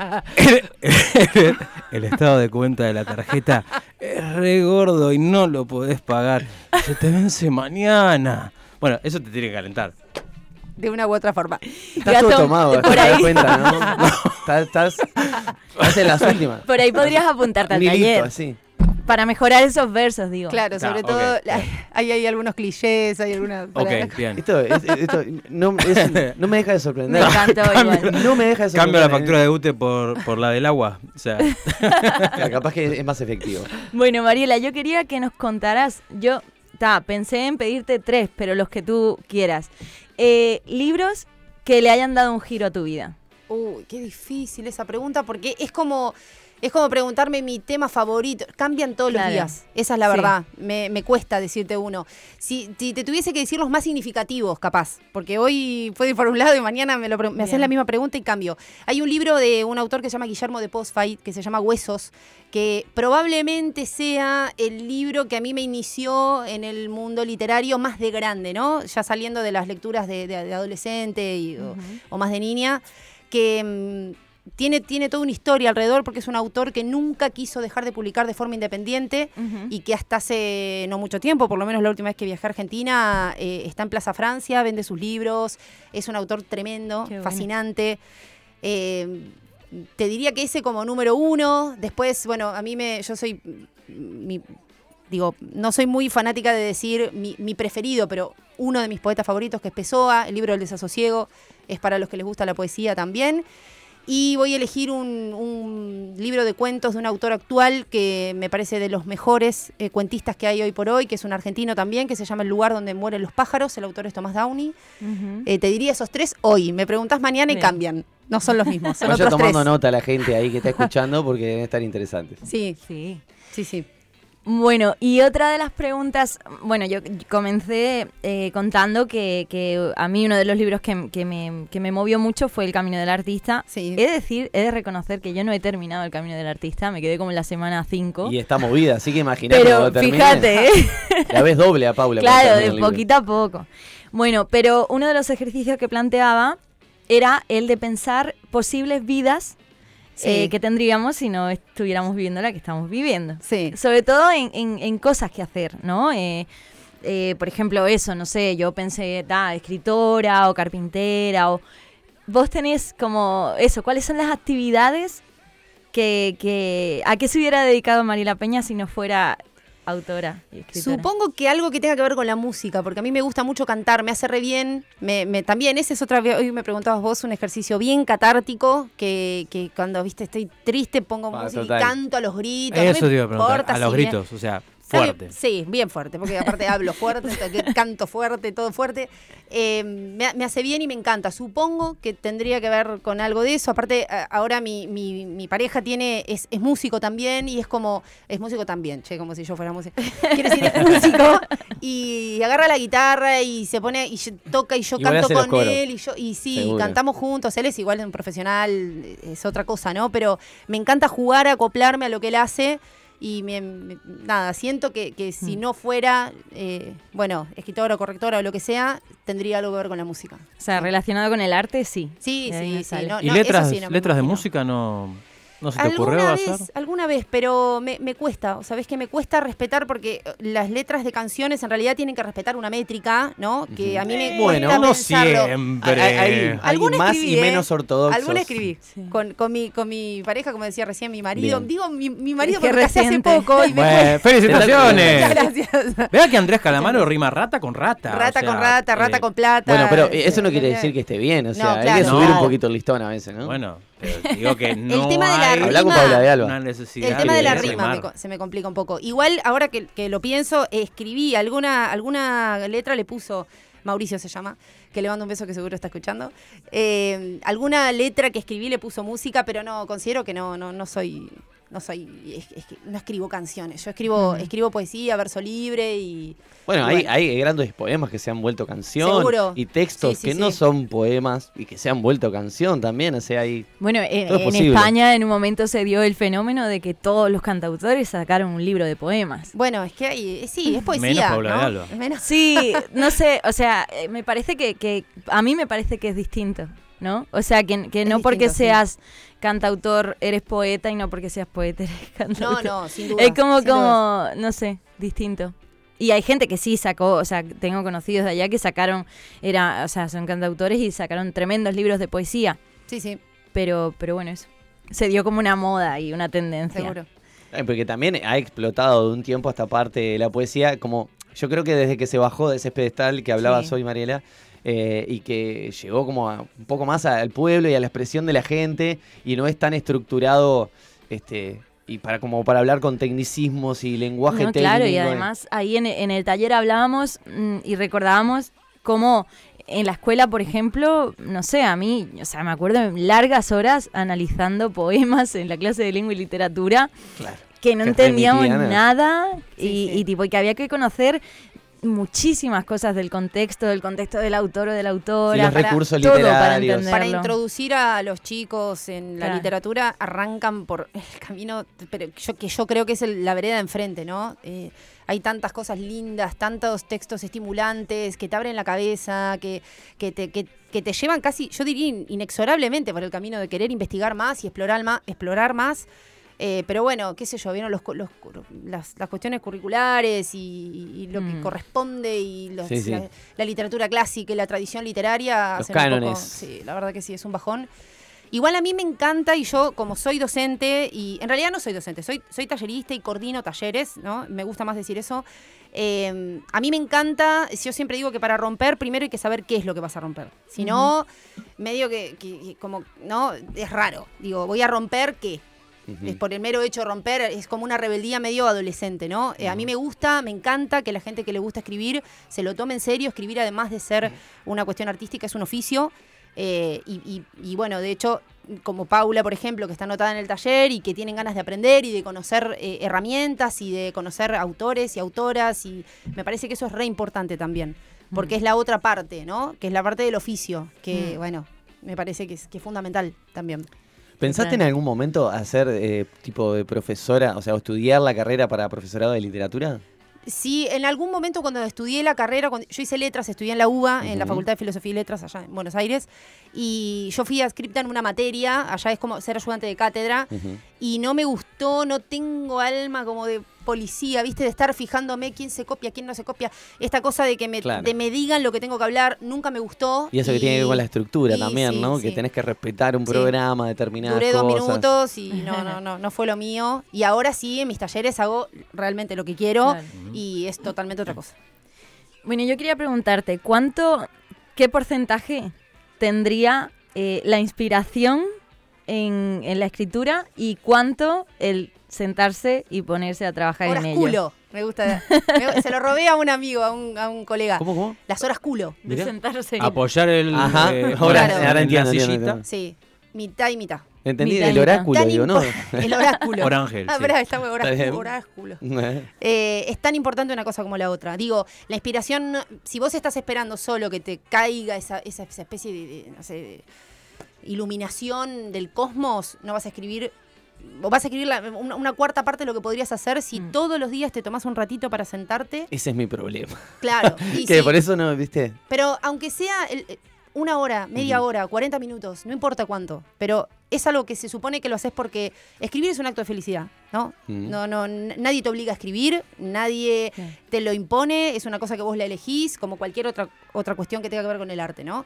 El estado de cuenta de la tarjeta es re gordo y no lo podés pagar. Se te vence mañana. Bueno, eso te tiene que calentar. De una u otra forma. Estás todo Gastón, tomado, por te das ahí. cuenta, ¿no? Estás en las últimas. Por ahí podrías apuntarte al Un hilito, taller. así. Para mejorar esos versos, digo. Claro, sobre Ah, todo ok. hay algunos clichés, hay algunas. Ok, bien. Esto no me deja de Me sorprender. encantó igual. No me deja de sorprender. Cambio la factura de UTE por la del agua. O sea, Claro, capaz que es más efectivo. Bueno, Mariela, yo quería que nos contaras. Yo pensé en pedirte 3, pero los que tú quieras. Libros que le hayan dado un giro a tu vida. Uy, qué difícil esa pregunta, porque es como preguntarme mi tema favorito. Cambian todos los Claro. días. Esa es la Sí. verdad. Me cuesta decirte uno. Si te tuviese que decir los más significativos, capaz. Porque hoy puedo ir por un lado y mañana me haces Bien. la misma pregunta y cambio. Hay un libro de un autor que se llama Guillermo de Postfight, que se llama Huesos, que probablemente sea el libro que a mí me inició en el mundo literario más de grande, ¿no? Ya saliendo de las lecturas de adolescente o más de niña. Que tiene toda una historia alrededor porque es un autor que nunca quiso dejar de publicar de forma independiente y que hasta hace no mucho tiempo, por lo menos la última vez que viajé a Argentina, está en Plaza Francia, vende sus libros, es un autor tremendo, fascinante. Te diría que ese como número 1. Después, bueno, a mí yo soy... no soy muy fanática de decir mi preferido, pero uno de mis poetas favoritos, que es Pessoa, el libro del desasosiego, es para los que les gusta la poesía también. Y voy a elegir un libro de cuentos de un autor actual que me parece de los mejores cuentistas que hay hoy por hoy, que es un argentino también, que se llama El lugar donde mueren los pájaros. El autor es Tomás Downey. Te diría esos 3 hoy. Me preguntás mañana y cambian. No son los mismos, son Vaya otros 3. tomando nota la gente ahí que está escuchando porque deben estar interesantes. Sí. Bueno, y otra de las preguntas, bueno, yo comencé contando que a mí uno de los libros que me movió mucho fue El Camino del Artista. Sí. He de reconocer que yo no he terminado El Camino del Artista, me quedé como en la semana 5. Y está movida, así que imagínate pero cuando termine. fíjate, La ves doble a Paula. claro, de poquito a poco. Bueno, pero uno de los ejercicios que planteaba era el de pensar posibles vidas que tendríamos si no estuviéramos viviendo la que estamos viviendo. Sí. Sobre todo en cosas que hacer, ¿no? Por ejemplo, eso, no sé, yo pensé, escritora o carpintera, o vos tenés como eso, ¿cuáles son las actividades a qué se hubiera dedicado Mariela Peña si no fuera autora y escritora? Supongo que algo que tenga que ver con la música, porque a mí me gusta mucho cantar, me hace re bien. También, ese es otra, hoy me preguntabas vos, un ejercicio bien catártico, que cuando, estoy triste, pongo música total. Y canto a los gritos. Eso no te iba a preguntar, importa a los si gritos, o sea, fuerte. Sí, bien fuerte, porque aparte hablo fuerte, canto fuerte, todo fuerte. Me hace bien y me encanta. Supongo que tendría que ver con algo de eso. Aparte, ahora mi pareja es músico también y es músico también, como si yo fuera músico. Quiere decir, es músico y agarra la guitarra y se pone y toca y yo Igual canto hace los con coros. él y sí, Seguro. cantamos juntos. Él es igual un profesional, es otra cosa, ¿no? Pero me encanta jugar, acoplarme a lo que él hace. Y siento que si no fuera, escritora o correctora o lo que sea, tendría algo que ver con la música. O sea, relacionado con el arte, sí. Sí. ¿Y letras de música no se te ocurrió hacer? Alguna vez, pero me cuesta. O sea, ves que me cuesta respetar porque las letras de canciones en realidad tienen que respetar una métrica, ¿no? Que a mí me cuesta no pensarlo. siempre. Hay más y menos ortodoxos. Alguna escribí. Sí. Con mi pareja, como decía recién, mi marido. Bien. Digo mi marido Es que porque casé hace reciente. poco. Y me ¡Felicitaciones! Gracias. Vea que Andrés Calamaro rima rata con rata. Rata con rata, rata con plata. Bueno, pero eso no quiere decir que esté bien, o sea, No, hay claro. que subir No. un poquito el listón a veces, ¿no? Bueno, pero digo que no El tema de la hay Habla con Paula de Alba. una necesidad El tema de la de rima rimar. se me complica un poco. Igual, ahora que lo pienso, escribí alguna letra, le puso, Mauricio se llama, que le mando un beso que seguro está escuchando. Alguna letra que escribí le puso música, pero no, considero que no escribo canciones. Yo escribo poesía, verso libre y... Bueno, hay grandes poemas que se han vuelto canción. Seguro. Y textos Sí, que no son poemas y que se han vuelto canción también. O sea, Bueno, todo es en posible. España en un momento se dio el fenómeno de que todos los cantautores sacaron un libro de poemas. Bueno, es que es poesía, Menos Paula ¿no? de Alba. Es menos- Sí, no sé, o sea, me parece que a mí me parece que es distinto, ¿no? O sea, que no Es porque distinto, sí. seas cantautor eres poeta y no porque seas poeta eres cantautor. No, sin duda. Es como, sin duda. no sé, distinto. Y hay gente que sí sacó, o sea, tengo conocidos de allá que sacaron, son cantautores y sacaron tremendos libros de poesía. Sí. Pero bueno, eso. Se dio como una moda y una tendencia. Seguro. porque también ha explotado de un tiempo a esta parte de la poesía, como yo creo que desde que se bajó de ese pedestal que hablaba hoy Mariela, y que llegó como un poco más al pueblo y a la expresión de la gente y no es tan estructurado y para hablar con tecnicismos y lenguaje técnico. Claro, y además ahí en el taller hablábamos y recordábamos cómo en la escuela, por ejemplo, no sé, a mí, o sea, me acuerdo de largas horas analizando poemas en la clase de lengua y literatura, Claro. que no Que entendíamos primitiva, ¿no? nada y que había que conocer muchísimas cosas del contexto del autor o de la autora. Y los recursos todo literarios. Para introducir a los chicos en la Claro. literatura, arrancan por el camino, pero yo creo que es la vereda de enfrente, ¿no? Hay tantas cosas lindas, tantos textos estimulantes que te abren la cabeza, que te llevan casi, yo diría, inexorablemente por el camino de querer investigar más y explorar más. Pero bueno, qué sé yo, vieron las cuestiones curriculares y lo que corresponde y Sí. la literatura clásica y la tradición literaria. Los hacen un cánones. poco- sí, la verdad que sí, es un bajón. Igual a mí me encanta, y yo como soy docente, y en realidad no soy docente, soy tallerista y coordino talleres, ¿no? Me gusta más decir eso. A mí me encanta, yo siempre digo que para romper primero hay que saber qué es lo que vas a romper. Si no, medio que como, ¿no? Es raro. Digo, voy a romper qué. Es por el mero hecho de romper, es como una rebeldía medio adolescente, ¿no? A mí me gusta, me encanta que la gente que le gusta escribir se lo tome en serio. Escribir, además de ser una cuestión artística, es un oficio. Y bueno, de hecho, como Paula, por ejemplo, que está anotada en el taller y que tienen ganas de aprender y de conocer herramientas y de conocer autores y autoras, y me parece que eso es re importante también, porque es la otra parte, ¿no? Que es la parte del oficio, que bueno, me parece que es fundamental también. ¿Pensaste en algún momento hacer tipo de profesora, o sea, estudiar la carrera para profesorado de literatura? Sí, en algún momento cuando estudié la carrera, yo hice letras, estudié en la UBA, en la Facultad de Filosofía y Letras, allá en Buenos Aires, y yo fui adscripta en una materia, allá es como ser ayudante de cátedra, y no me gustó, no tengo alma como de policía, ¿viste? De estar fijándome quién se copia, quién no se copia, esta cosa de que me digan lo que tengo que hablar, nunca me gustó. Y eso que tiene que ver con la estructura también, sí, ¿no? sí. Que tenés que respetar un programa, determinadas Duré 2 cosas. minutos y no fue lo mío. Y ahora sí, en mis talleres hago realmente lo que quiero y es totalmente otra cosa. Bueno, yo quería preguntarte, ¿qué porcentaje tendría la inspiración en la escritura y cuánto el sentarse y ponerse a trabajar Horas en ello? culo, me gusta. Se lo robé a un amigo, a un colega. ¿Cómo? Las horas culo. De sentarse. Apoyar el... Ajá, ahora entiendo. Sí, mitad y mitad. Entendí, Mitad y el oráculo, mitad. digo, ¿no? El oráculo. Orángel, Ah, sí. pero está muy Está bien. oráculo. Es tan importante una cosa como la otra. Digo, la inspiración, si vos estás esperando solo que te caiga esa especie de, no sé, de iluminación del cosmos, no vas a escribir, o vas a escribir una cuarta parte de lo que podrías hacer si todos los días te tomás un ratito para sentarte. Ese es mi problema. Claro. Y que sí, por eso no, ¿viste? pero aunque sea una hora, media hora, 40 minutos, no importa cuánto, pero es algo que se supone que lo haces porque escribir es un acto de felicidad, ¿no? Nadie te obliga a escribir, nadie te lo impone, es una cosa que vos la elegís, como cualquier otra cuestión que tenga que ver con el arte, ¿no?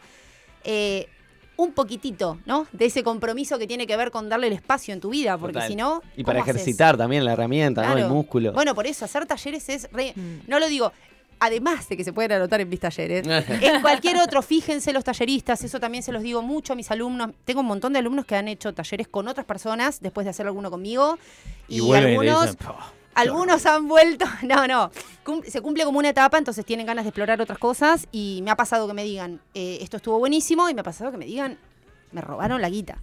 Un poquitito, ¿no? De ese compromiso que tiene que ver con darle el espacio en tu vida, porque Total. si no, Y para ¿cómo haces? ejercitar también la herramienta, ¿no? El Claro. músculo. Bueno, por eso, hacer talleres es no lo digo, además de que se pueden anotar en mis talleres, en cualquier otro, fíjense los talleristas, eso también se los digo mucho a mis alumnos. Tengo un montón de alumnos que han hecho talleres con otras personas después de hacer alguno conmigo. Y vuelven y te algunos... dicen, Algunos han vuelto, se cumple como una etapa, entonces tienen ganas de explorar otras cosas y me ha pasado que me digan, esto estuvo buenísimo, y me ha pasado que me digan, me robaron la guita.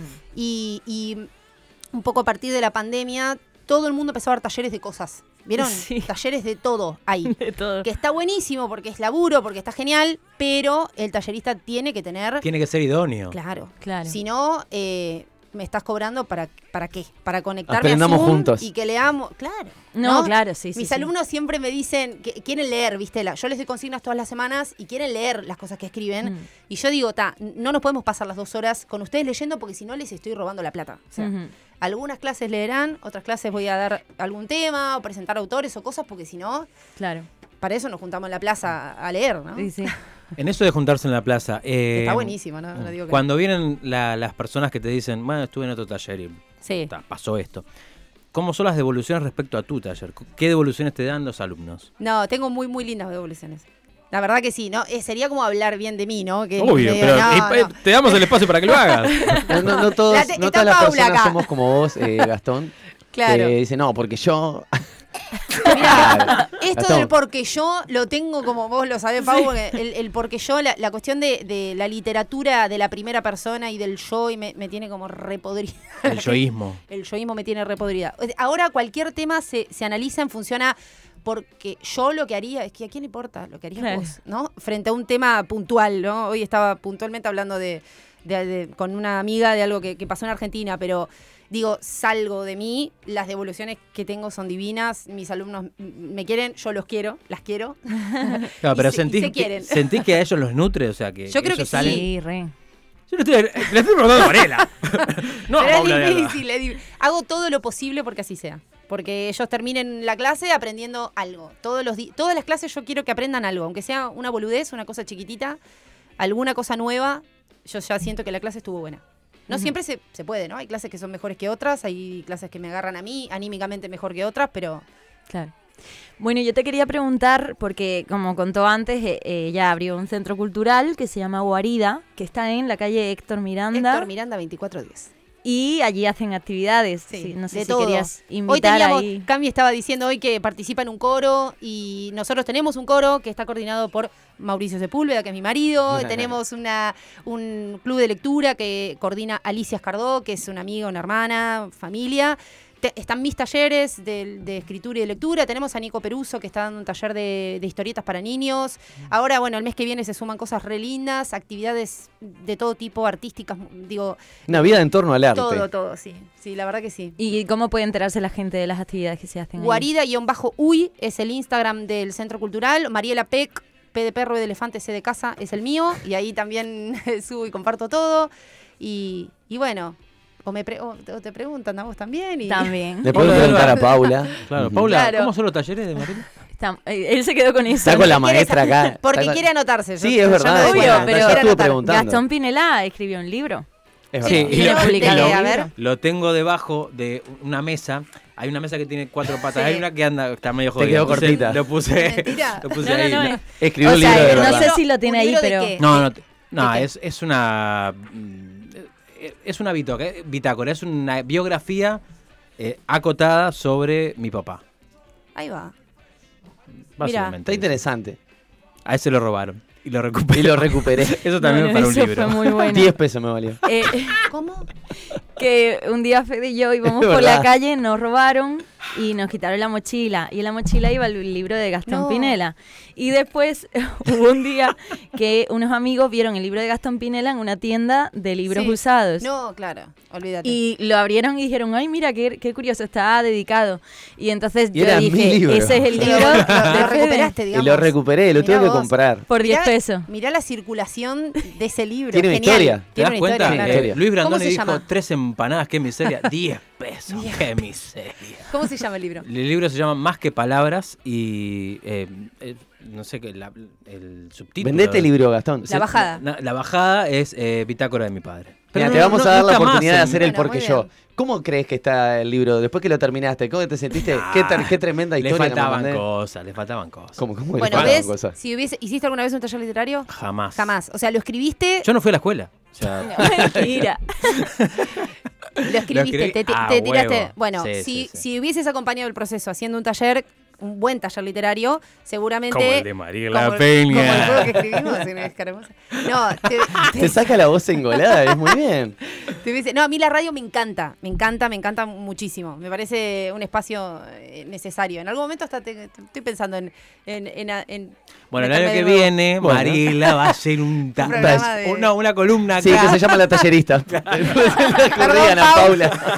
Y un poco a partir de la pandemia, todo el mundo empezó a dar talleres de cosas. ¿Vieron? Sí. Talleres de todo hay. De todo. Que está buenísimo porque es laburo, porque está genial, pero el tallerista tiene que tener... Tiene que ser idóneo. Claro. Claro. Si no, me estás cobrando ¿para qué? Para conectarme Aprendamos a Zoom juntos. y que leamos. Claro. No, claro, sí. Mis sí. alumnos siempre me dicen que quieren leer, ¿viste? Yo les doy consignas todas las semanas y quieren leer las cosas que escriben. Y yo digo, no nos podemos pasar las 2 horas con ustedes leyendo porque si no les estoy robando la plata. O sea, algunas clases leerán, otras clases voy a dar algún tema o presentar autores o cosas porque si no, Claro. para eso nos juntamos en la plaza a leer, ¿no? Sí, sí. En eso de juntarse en la plaza. Está buenísimo, ¿no? No digo que Cuando vienen las personas que te dicen, bueno, estuve en otro taller y sí. pasó esto. ¿Cómo son las devoluciones respecto a tu taller? ¿Qué devoluciones te dan los alumnos? No, tengo muy, muy lindas devoluciones. La verdad que sí, ¿no? Sería como hablar bien de mí, ¿no? Que Obvio, medio, pero te damos el espacio para que lo hagas. No todas Está las Paula personas acá. somos como vos, Gastón. Claro. Que dice, no, porque yo... Mirá, esto Gastón. del porque yo lo tengo como vos lo sabés, Pau, porque el porque yo, la cuestión de la literatura de la primera persona y del yo y me tiene como repodrida. El yoísmo. El yoísmo me tiene repodrida. Ahora cualquier tema se analiza en función a porque yo lo que haría, es que a quién le importa lo que harías vos, ¿no? Frente a un tema puntual, ¿no? Hoy estaba puntualmente hablando con una amiga de algo que pasó en Argentina, pero digo, salgo de mí, las devoluciones que tengo son divinas, mis alumnos me quieren, yo los quiero, las quiero. Claro, pero se quieren. ¿Sentís que a ellos los nutre? O sea, que yo creo que salen... Sí, re. Yo le estoy preguntando a Varela. No, pero Paula, es difícil, hago todo lo posible porque así sea. Porque ellos terminen la clase aprendiendo algo. Todas las clases yo quiero que aprendan algo, aunque sea una boludez, una cosa chiquitita, alguna cosa nueva, yo ya siento que la clase estuvo buena. No siempre se puede, ¿no? Hay clases que son mejores que otras, hay clases que me agarran a mí, anímicamente mejor que otras, pero... Claro. Bueno, yo te quería preguntar, porque como contó antes, ella abrió un centro cultural que se llama Guarida, que está en la calle Héctor Miranda. Héctor Miranda 2410. Y allí hacen actividades. Sí, no sé si todo. Querías Hoy invitar ahí. Cami estaba diciendo hoy que participa en un coro y nosotros tenemos un coro que está coordinado por Mauricio Sepúlveda, que es mi marido. Tenemos un club de lectura que coordina Alicia Escardó, que es una amiga, una hermana, familia. Están mis talleres de escritura y de lectura. Tenemos a Nico Peruso, que está dando un taller de historietas para niños. Ahora, bueno, el mes que viene se suman cosas re lindas, actividades de todo tipo, artísticas, digo... Una vida en torno al arte. Todo, sí. Sí, la verdad que sí. ¿Y cómo puede enterarse la gente de las actividades que se hacen ahí? Guarida_uy es el Instagram del Centro Cultural. Mariela Peck, P de perro, de elefante, C de casa, es el mío. Y ahí también subo y comparto todo. Y bueno... O te preguntan a vos también. También. Le puedo preguntar a Paula. Claro, Paula, ¿cómo son los talleres de Mariela? Él se quedó con eso. Está con la maestra acá. Porque quiere anotarse. Sí, es verdad. Obvio, pero ya estuve preguntando. Gastón Pinela escribió un libro. Es sí, verdad. Lo tengo debajo de una mesa. Hay una mesa que tiene 4 patas. Sí. Hay una que está medio jodida. Te quedó cortita. Lo puse ahí. No. Escribió un libro de verdad. No sé si lo tiene ahí, pero... No, es una... Es una bitácora, es una biografía acotada sobre mi papá. Ahí va. Básicamente. Está interesante. A ese lo robaron y lo recuperé. Eso también para un libro. Fue muy bueno. 10 pesos me valió. ¿Cómo? Que un día Fede y yo íbamos por la calle, nos robaron y nos quitaron la mochila. Y en la mochila iba el libro de Gastón Pinela. Y después hubo un día que unos amigos vieron el libro de Gastón Pinela en una tienda de libros usados. No, claro, olvídate. Y lo abrieron y dijeron, ay, mira, qué curioso, está dedicado. Y entonces yo era dije, ese es el libro lo recuperaste, digamos. Y lo recuperé, lo tuve que comprar. Por 10 pesos. Mirá la circulación de ese libro. Tiene una Genial. historia. ¿Te das cuenta? Claro. Luis Brandoni dijo llama? 3 empanadas, qué miseria. 10 pesos, qué miseria. ¿Cómo se llama el libro? El libro se llama Más que palabras y no sé qué, el subtítulo. Vendete el libro, Gastón. La bajada. La bajada es Bitácora de mi padre. Mira, te vamos a dar la oportunidad de hacer el porque yo. ¿Cómo crees que está el libro después que lo terminaste? ¿Cómo te sentiste? Qué tremenda historia. Le faltaban cosas. ¿Cómo bueno, ¿ves? Cosas? Si ¿hiciste alguna vez un taller literario? Jamás. O sea, lo escribiste. Yo no fui a la escuela. O sea... Mentira. Lo escribiste, te tiraste. Huevo. Bueno, si hubieses acompañado el proceso haciendo un taller, un buen taller literario, seguramente... Como el de Mariela Peña. Como el juego que escribimos en Escaramuza. No, te saca la voz engolada, es muy bien. No, a mí la radio me encanta muchísimo. Me parece un espacio necesario. En algún momento hasta estoy pensando en bueno, el año que viene, Mariela va a hacer una columna acá. Sí, que se llama La Tallerista. Corrían a Paula.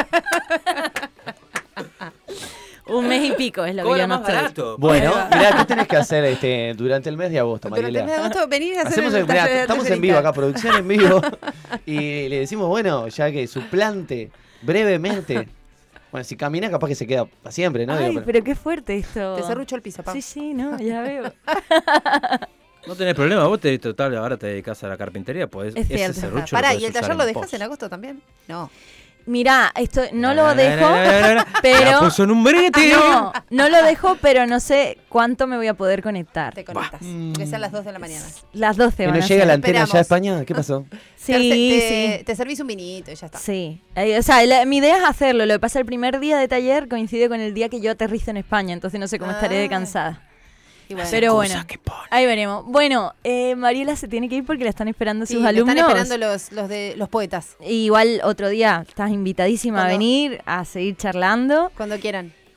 Un mes y pico es lo que yo no estoy. Bueno, mirá, ¿qué tenés que hacer durante el mes de agosto, Mariela? Durante el mes de agosto, venir a hacer estamos en vivo acá, producción en vivo. Y le decimos, bueno, ya que suplante brevemente. Bueno, si camina, capaz que se queda para siempre, ¿no? Ay, pero qué fuerte esto. Te cerrucho el piso, papá. Sí, no, ya veo. No tenés problema, vos total, ahora te dedicás a la carpintería, pues es ese serrucho. Pará, ¿y el taller lo dejás en agosto también? No. Mirá, esto no lo dejo, pero... La puso en un brete. No lo dejo, pero no sé cuánto me voy a poder conectar. Te conectas, que sean las 2 de la mañana. Las 12 van a ser. ¿No llega la antena ya a España? ¿Qué pasó? Sí. Te servís un vinito y ya está. Sí. O sea, mi idea es hacerlo. Lo que pasa, el primer día de taller coincide con el día que yo aterrizo en España, entonces no sé cómo estaré de cansada. Bueno. Pero bueno, ahí veremos. Bueno, Mariela se tiene que ir porque la están esperando sus alumnos. Están esperando los poetas. Igual otro día estás invitadísima a venir a seguir charlando. Cuando quieran.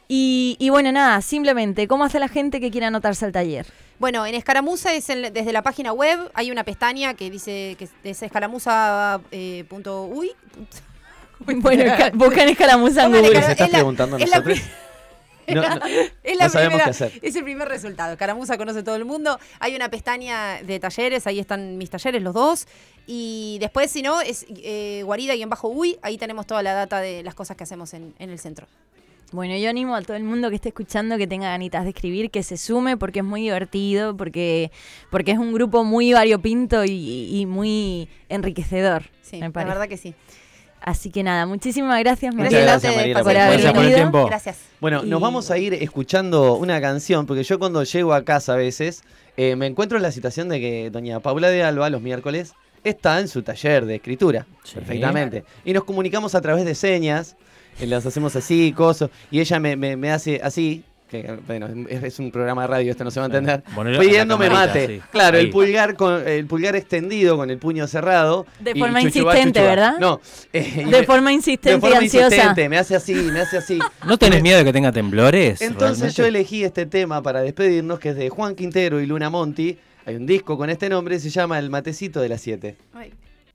Y bueno, nada, simplemente, ¿cómo hace la gente que quiera anotarse al taller? Bueno, en Escaramuza desde la página web hay una pestaña que dice que es escaramuza.uy. Bueno, buscan Escaramuza en Google. ¿Se estás preguntando a nosotros? No sabemos qué hacer. Es el primer resultado. Escaramuza conoce todo el mundo. Hay una pestaña de talleres, ahí están mis talleres, los dos. Y después, si no, es guarida-uy. Ahí tenemos toda la data de las cosas que hacemos en el centro. Bueno, yo animo a todo el mundo que esté escuchando, que tenga ganitas de escribir, que se sume, porque es muy divertido, porque es un grupo muy variopinto y muy enriquecedor. Sí, me parece. La verdad que sí. Así que nada, muchísimas gracias, Mariela, por haber venido. Gracias. Bueno, nos vamos a ir escuchando una canción, porque yo cuando llego a casa a veces me encuentro en la situación de que doña Paula de Alba los miércoles está en su taller de escritura, perfectamente. Y nos comunicamos a través de señas, las hacemos así, cosas, y ella me hace así, que bueno, es un programa de radio, esto no se va a entender, pidiéndome mate. Sí. Claro, el pulgar extendido con el puño cerrado. De forma insistente, ¿verdad? No. De forma insistente y ansiosa. Insistente, me hace así. ¿No tenés miedo de que tenga temblores? Entonces realmente? Yo elegí este tema para despedirnos, que es de Juan Quintero y Luna Monti. Hay un disco con este nombre, se llama El Matecito de las 7. Ay.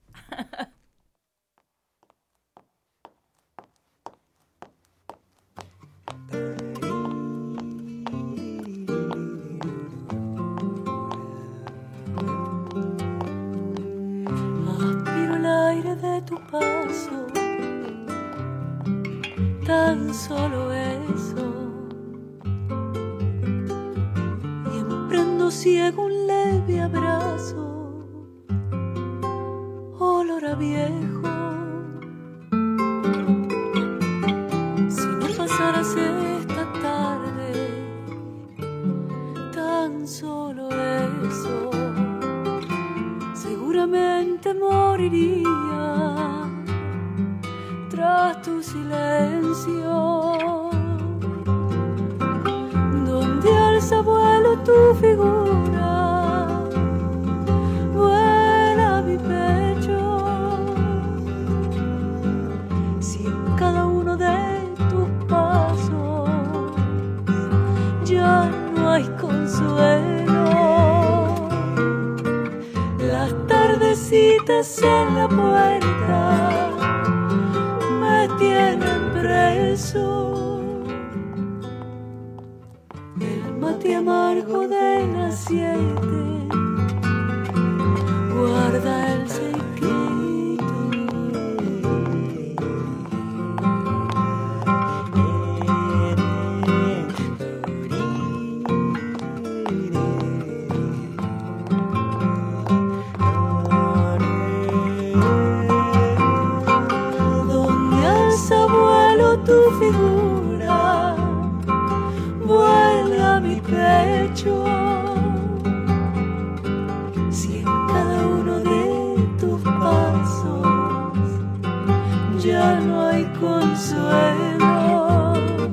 Aire de tu paso, tan solo eso, y emprendo ciego un leve abrazo, olor a viejo. Si no pasaras esta tarde, tan solo eso, seguramente moriría tras tu silencio, donde alza vuelo tu figura, vuela mi pecho. Si en cada uno de tus pasos ya no hay consuelo, las tardecitas en la puerta me tienen preso. El mate amargo de las 7 guarda el secreto. Tu figura vuela mi pecho. Si en cada uno de tus pasos ya no hay consuelo,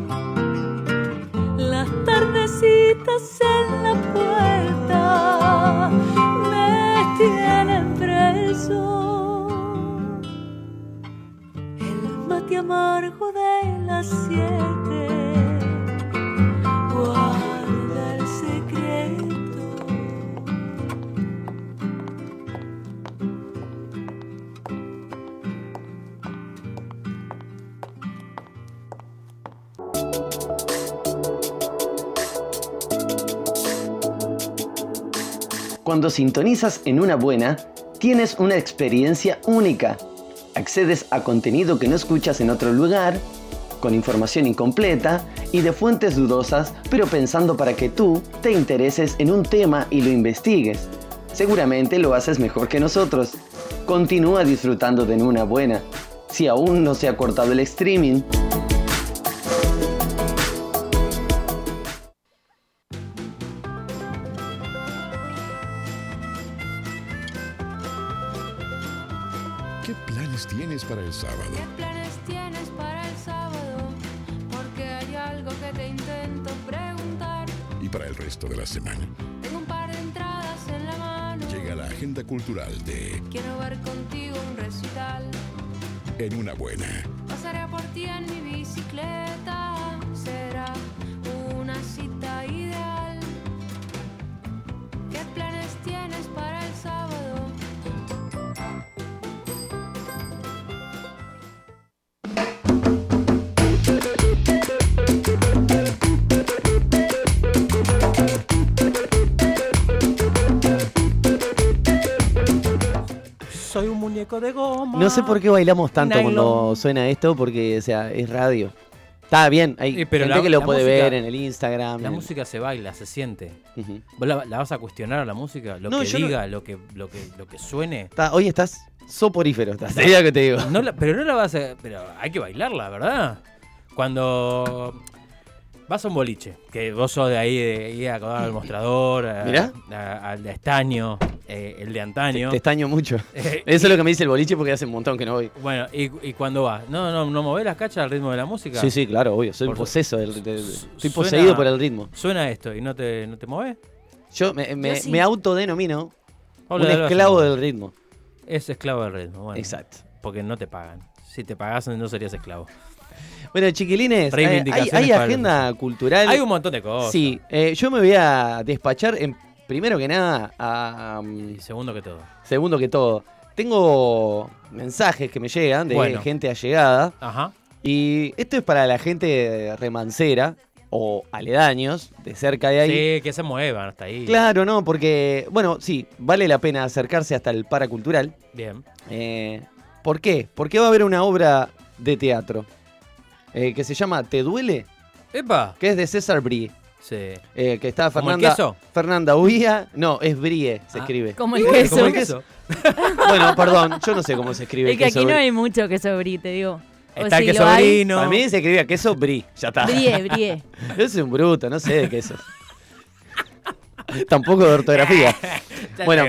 las tardecitas en la puerta me tienen preso. El mate amargo de las 7 guarda el secreto. Cuando sintonizas en Una Buena, tienes una experiencia única. Accedes a contenido que no escuchas en otro lugar, con información incompleta y de fuentes dudosas, pero pensando para que tú te intereses en un tema y lo investigues. Seguramente lo haces mejor que nosotros. Continúa disfrutando de Una Buena. Si aún no se ha cortado el streaming, ¿qué planes tienes para el sábado? ¿Qué planes tienes para el sábado? Porque hay algo que te intento preguntar. ¿Y para el resto de la semana? Tengo un par de entradas en la mano. Llega la agenda cultural de Quiero ver contigo un recital. En Una Buena. Pasaré por ti en mi bicicleta. Será muñeco de goma. No sé por qué bailamos tanto Nylon. cuando suena esto, porque, o sea, es radio. Está bien, hay Pero gente que lo puede música- ver en el Instagram. La música se baila, se siente. Ujú. ¿Vos la vas a cuestionar a la música? Lo No, que yo no- diga, lo que suene. Hoy estás soporífero, estás. Te digo que te digo. Pero no la vas a. Pero hay que bailarla, ¿verdad? Cuando vas a un boliche, que vos sos de ahí, de ir a acordar al mostrador, Mirá. al de estaño, el de antaño. Te estaño mucho. Eso es lo que me dice el boliche porque hace un montón que no voy. Bueno, y cuando vas, ¿no movés las cachas al ritmo de la música? Sí, claro, obvio. Soy Por- poseso. Estoy Suena- poseído por el ritmo. Suena esto y no te movés. Yo me sí. me autodenomino Hola, un hola, esclavo hola. del ritmo. Es esclavo del ritmo, bueno. Exacto. Porque no te pagan. Si te pagasen no serías esclavo. Bueno, chiquilines, Reivindicaciones hay para los- agenda cultural. Hay un montón de cosas. Sí, yo me voy a despachar primero que nada a... Y segundo que todo. Segundo que todo. Tengo mensajes que me llegan de gente allegada. Ajá. Y esto es para la gente remancera o aledaños de cerca de ahí. Sí, que se muevan hasta ahí. Claro, no, porque, bueno, sí, vale la pena acercarse hasta el Paracultural. Bien. ¿Por qué? Porque va a haber una obra de teatro que se llama ¿Te duele? ¡Epa! Que es de César Brie. Sí. Que está ¿Como el Fernanda. queso? Fernanda Uía. No, es Brie, se Ah. escribe. Como el queso. Como el queso. Bueno, perdón, yo no sé cómo se escribe Es que queso aquí no Brie. hay mucho queso brie, te digo. O Está el si queso lo hay- brino. Para mí se escribía queso Brie, ya está. Brie. Yo soy un bruto, no sé de queso. Tampoco de ortografía. Bueno,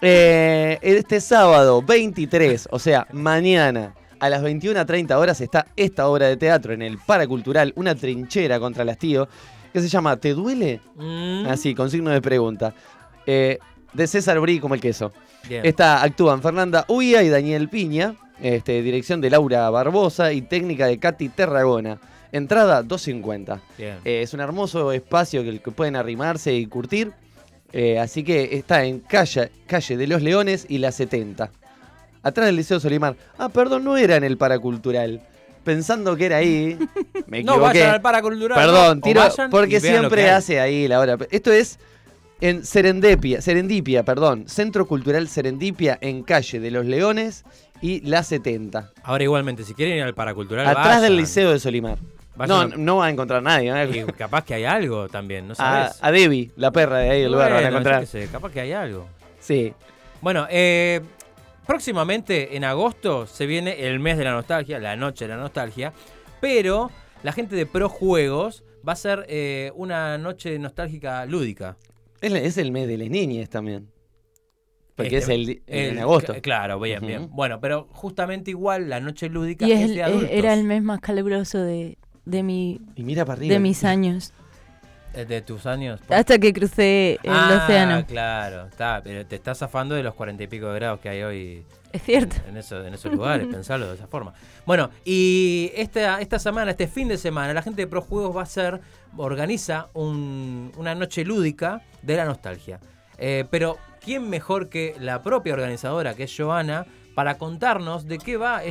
este sábado 23, o sea, mañana a las 21:30 horas está esta obra de teatro en el Paracultural, una trinchera contra el hastío, que se llama ¿Te duele? Así, con signo de pregunta. De César Brie como el queso. Bien. Actúan Fernanda Uía y Daniel Piña, dirección de Laura Barbosa y técnica de Katy Terragona. Entrada 2.50. Bien. Es un hermoso espacio que pueden arrimarse y curtir. Así que está en calle de los Leones y la 70. Atrás del Liceo Solimar. Ah, perdón, no era en el Paracultural. Pensando que era ahí, me equivoqué. No vayan al Paracultural. Perdón, no, tiro, o vayan y porque vean lo siempre que hay. hace ahí la hora. Esto es en Serendipia, Centro Cultural Serendipia, en calle de los Leones y la 70. Ahora igualmente, si quieren ir al Paracultural, Atrás vayan. del Liceo de Solimar. Vayan No va a encontrar nadie. Y capaz que hay algo también, ¿no sabes? A Debbie, la perra de ahí del lugar, van a Bueno, encontrar. yo qué sé, capaz que hay algo. Sí. Bueno, próximamente, en agosto, se viene el mes de la nostalgia, la noche de la nostalgia, pero la gente de Pro Juegos va a ser una noche nostálgica lúdica. Es el mes de las niñas también. Porque Este, en agosto. Claro, bien, Ujú. bien. Bueno, pero justamente igual la noche lúdica Y es de adultos. era el mes más caluroso de Y mira para arriba. de mis años. ¿De tus años? Hasta que crucé el océano. Claro, está, pero te estás zafando de los 40 y pico de grados que hay hoy. Es cierto. En esos lugares, pensarlo de esa forma. Bueno, y esta semana, este fin de semana, la gente de Pro Juegos organiza una noche lúdica de la nostalgia. Pero, ¿quién mejor que la propia organizadora, que es Joana, para contarnos de qué va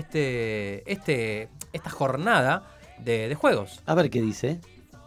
esta jornada de juegos? A ver qué dice.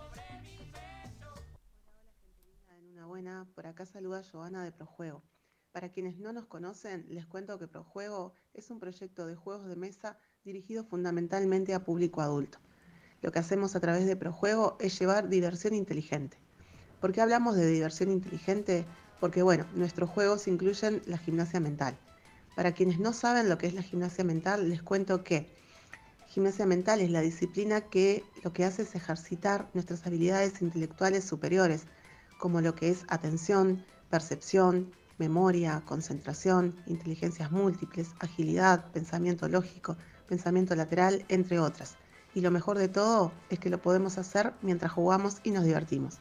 Buena, por acá saluda a Joana de Projuego. Para quienes no nos conocen, les cuento que Projuego es un proyecto de juegos de mesa dirigido fundamentalmente a público adulto. Lo que hacemos a través de Projuego es llevar diversión inteligente. ¿Por qué hablamos de diversión inteligente? Porque, bueno, nuestros juegos incluyen la gimnasia mental. Para quienes no saben lo que es la gimnasia mental, les cuento que gimnasia mental es la disciplina que lo que hace es ejercitar nuestras habilidades intelectuales superiores, como lo que es atención, percepción, memoria, concentración, inteligencias múltiples, agilidad, pensamiento lógico, pensamiento lateral, entre otras. Y lo mejor de todo es que lo podemos hacer mientras jugamos y nos divertimos.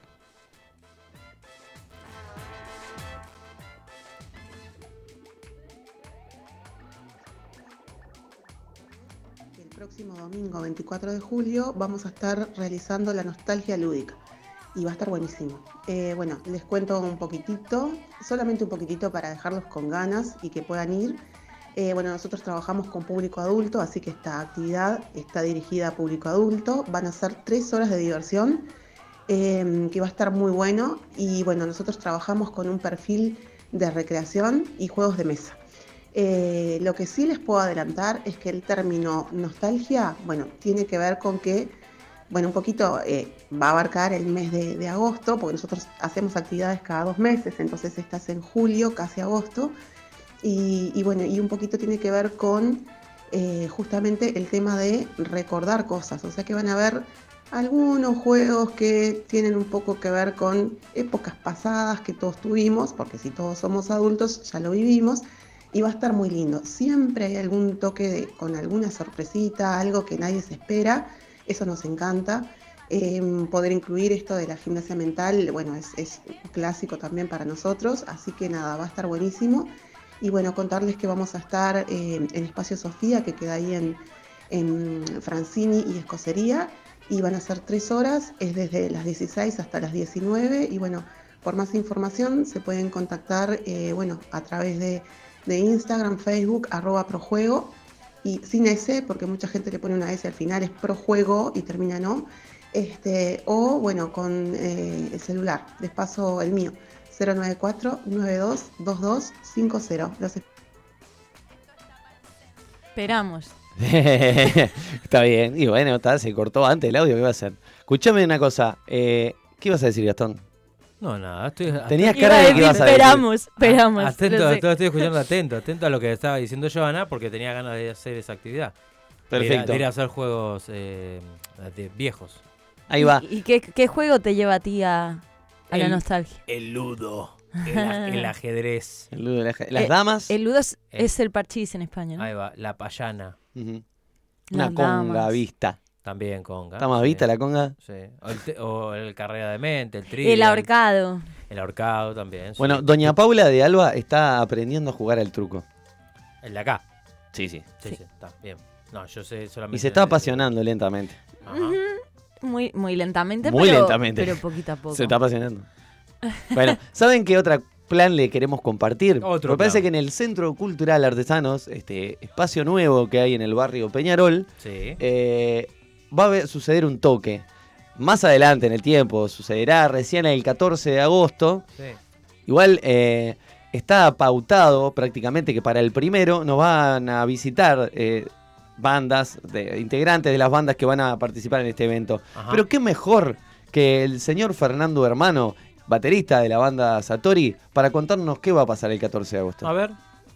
El próximo domingo 24 de julio vamos a estar realizando la nostalgia lúdica. Y va a estar buenísimo. Bueno, les cuento un poquitito, solamente un poquitito para dejarlos con ganas y que puedan ir. Bueno, nosotros trabajamos con público adulto, así que esta actividad está dirigida a público adulto. Van a ser 3 horas de diversión, que va a estar muy bueno. Y bueno, nosotros trabajamos con un perfil de recreación y juegos de mesa. Lo que sí les puedo adelantar es que el término nostalgia, bueno, tiene que ver con que, bueno, un poquito va a abarcar el mes de agosto, porque nosotros hacemos actividades cada 2 meses, entonces estás en julio, casi agosto, y bueno, y un poquito tiene que ver con justamente el tema de recordar cosas, o sea que van a ver algunos juegos que tienen un poco que ver con épocas pasadas que todos tuvimos, porque si todos somos adultos ya lo vivimos, y va a estar muy lindo. Siempre hay algún toque con alguna sorpresita, algo que nadie se espera, eso nos encanta. Poder incluir esto de la gimnasia mental, bueno, es un clásico también para nosotros, así que nada, va a estar buenísimo. Y bueno, contarles que vamos a estar en Espacio Sofía, que queda ahí en Francini y Escocería, y van a ser 3 horas, es desde las 16 hasta las 19, y bueno, por más información se pueden contactar, bueno, a través de Instagram, Facebook, @projuego, y sin S, porque mucha gente le pone una S al final, es projuego y termina no, o bueno, con el celular, les paso el mío, 094-922250. Los esperamos. Está bien, y bueno, se cortó antes el audio, ¿qué va a hacer? Escuchame una cosa, ¿qué ibas a decir, Gastón? No, nada, Tenías cara de que ibas a decir. Esperamos. Atento, estoy escuchando atento a lo que estaba diciendo Johanna, porque tenía ganas de hacer esa actividad. Perfecto. De ir a hacer juegos viejos. Ahí va. ¿Y qué juego te lleva a ti a la nostalgia? El ludo. El ajedrez. El ludo, las damas. El ludo es el parchís en España, ¿no? Ahí va, la payana. Una conga vista. También conga. ¿Está más vista la conga? Sí. O el carrera de mente, el trivial. El ahorcado. El ahorcado también. Bueno, sí. doña Paula de Alba está aprendiendo a jugar al truco. ¿El de acá? Sí. Está bien. No, yo sé solamente. Y se está apasionando lentamente. Ajá. Muy lentamente, lentamente. Pero poquito a poco. Se está apasionando. Bueno, ¿saben qué otro plan le queremos compartir? Me parece que en el Centro Cultural Artesanos, este espacio nuevo que hay en el barrio Peñarol, va a suceder un toque. Más adelante en el tiempo, sucederá recién el 14 de agosto. Sí. Igual está pautado prácticamente que para el 1 nos van a visitar bandas, integrantes de las bandas que van a participar en este evento. Ajá. Pero qué mejor que el señor Fernando Hermano, baterista de la banda Satori, para contarnos qué va a pasar el 14 de agosto. A ver.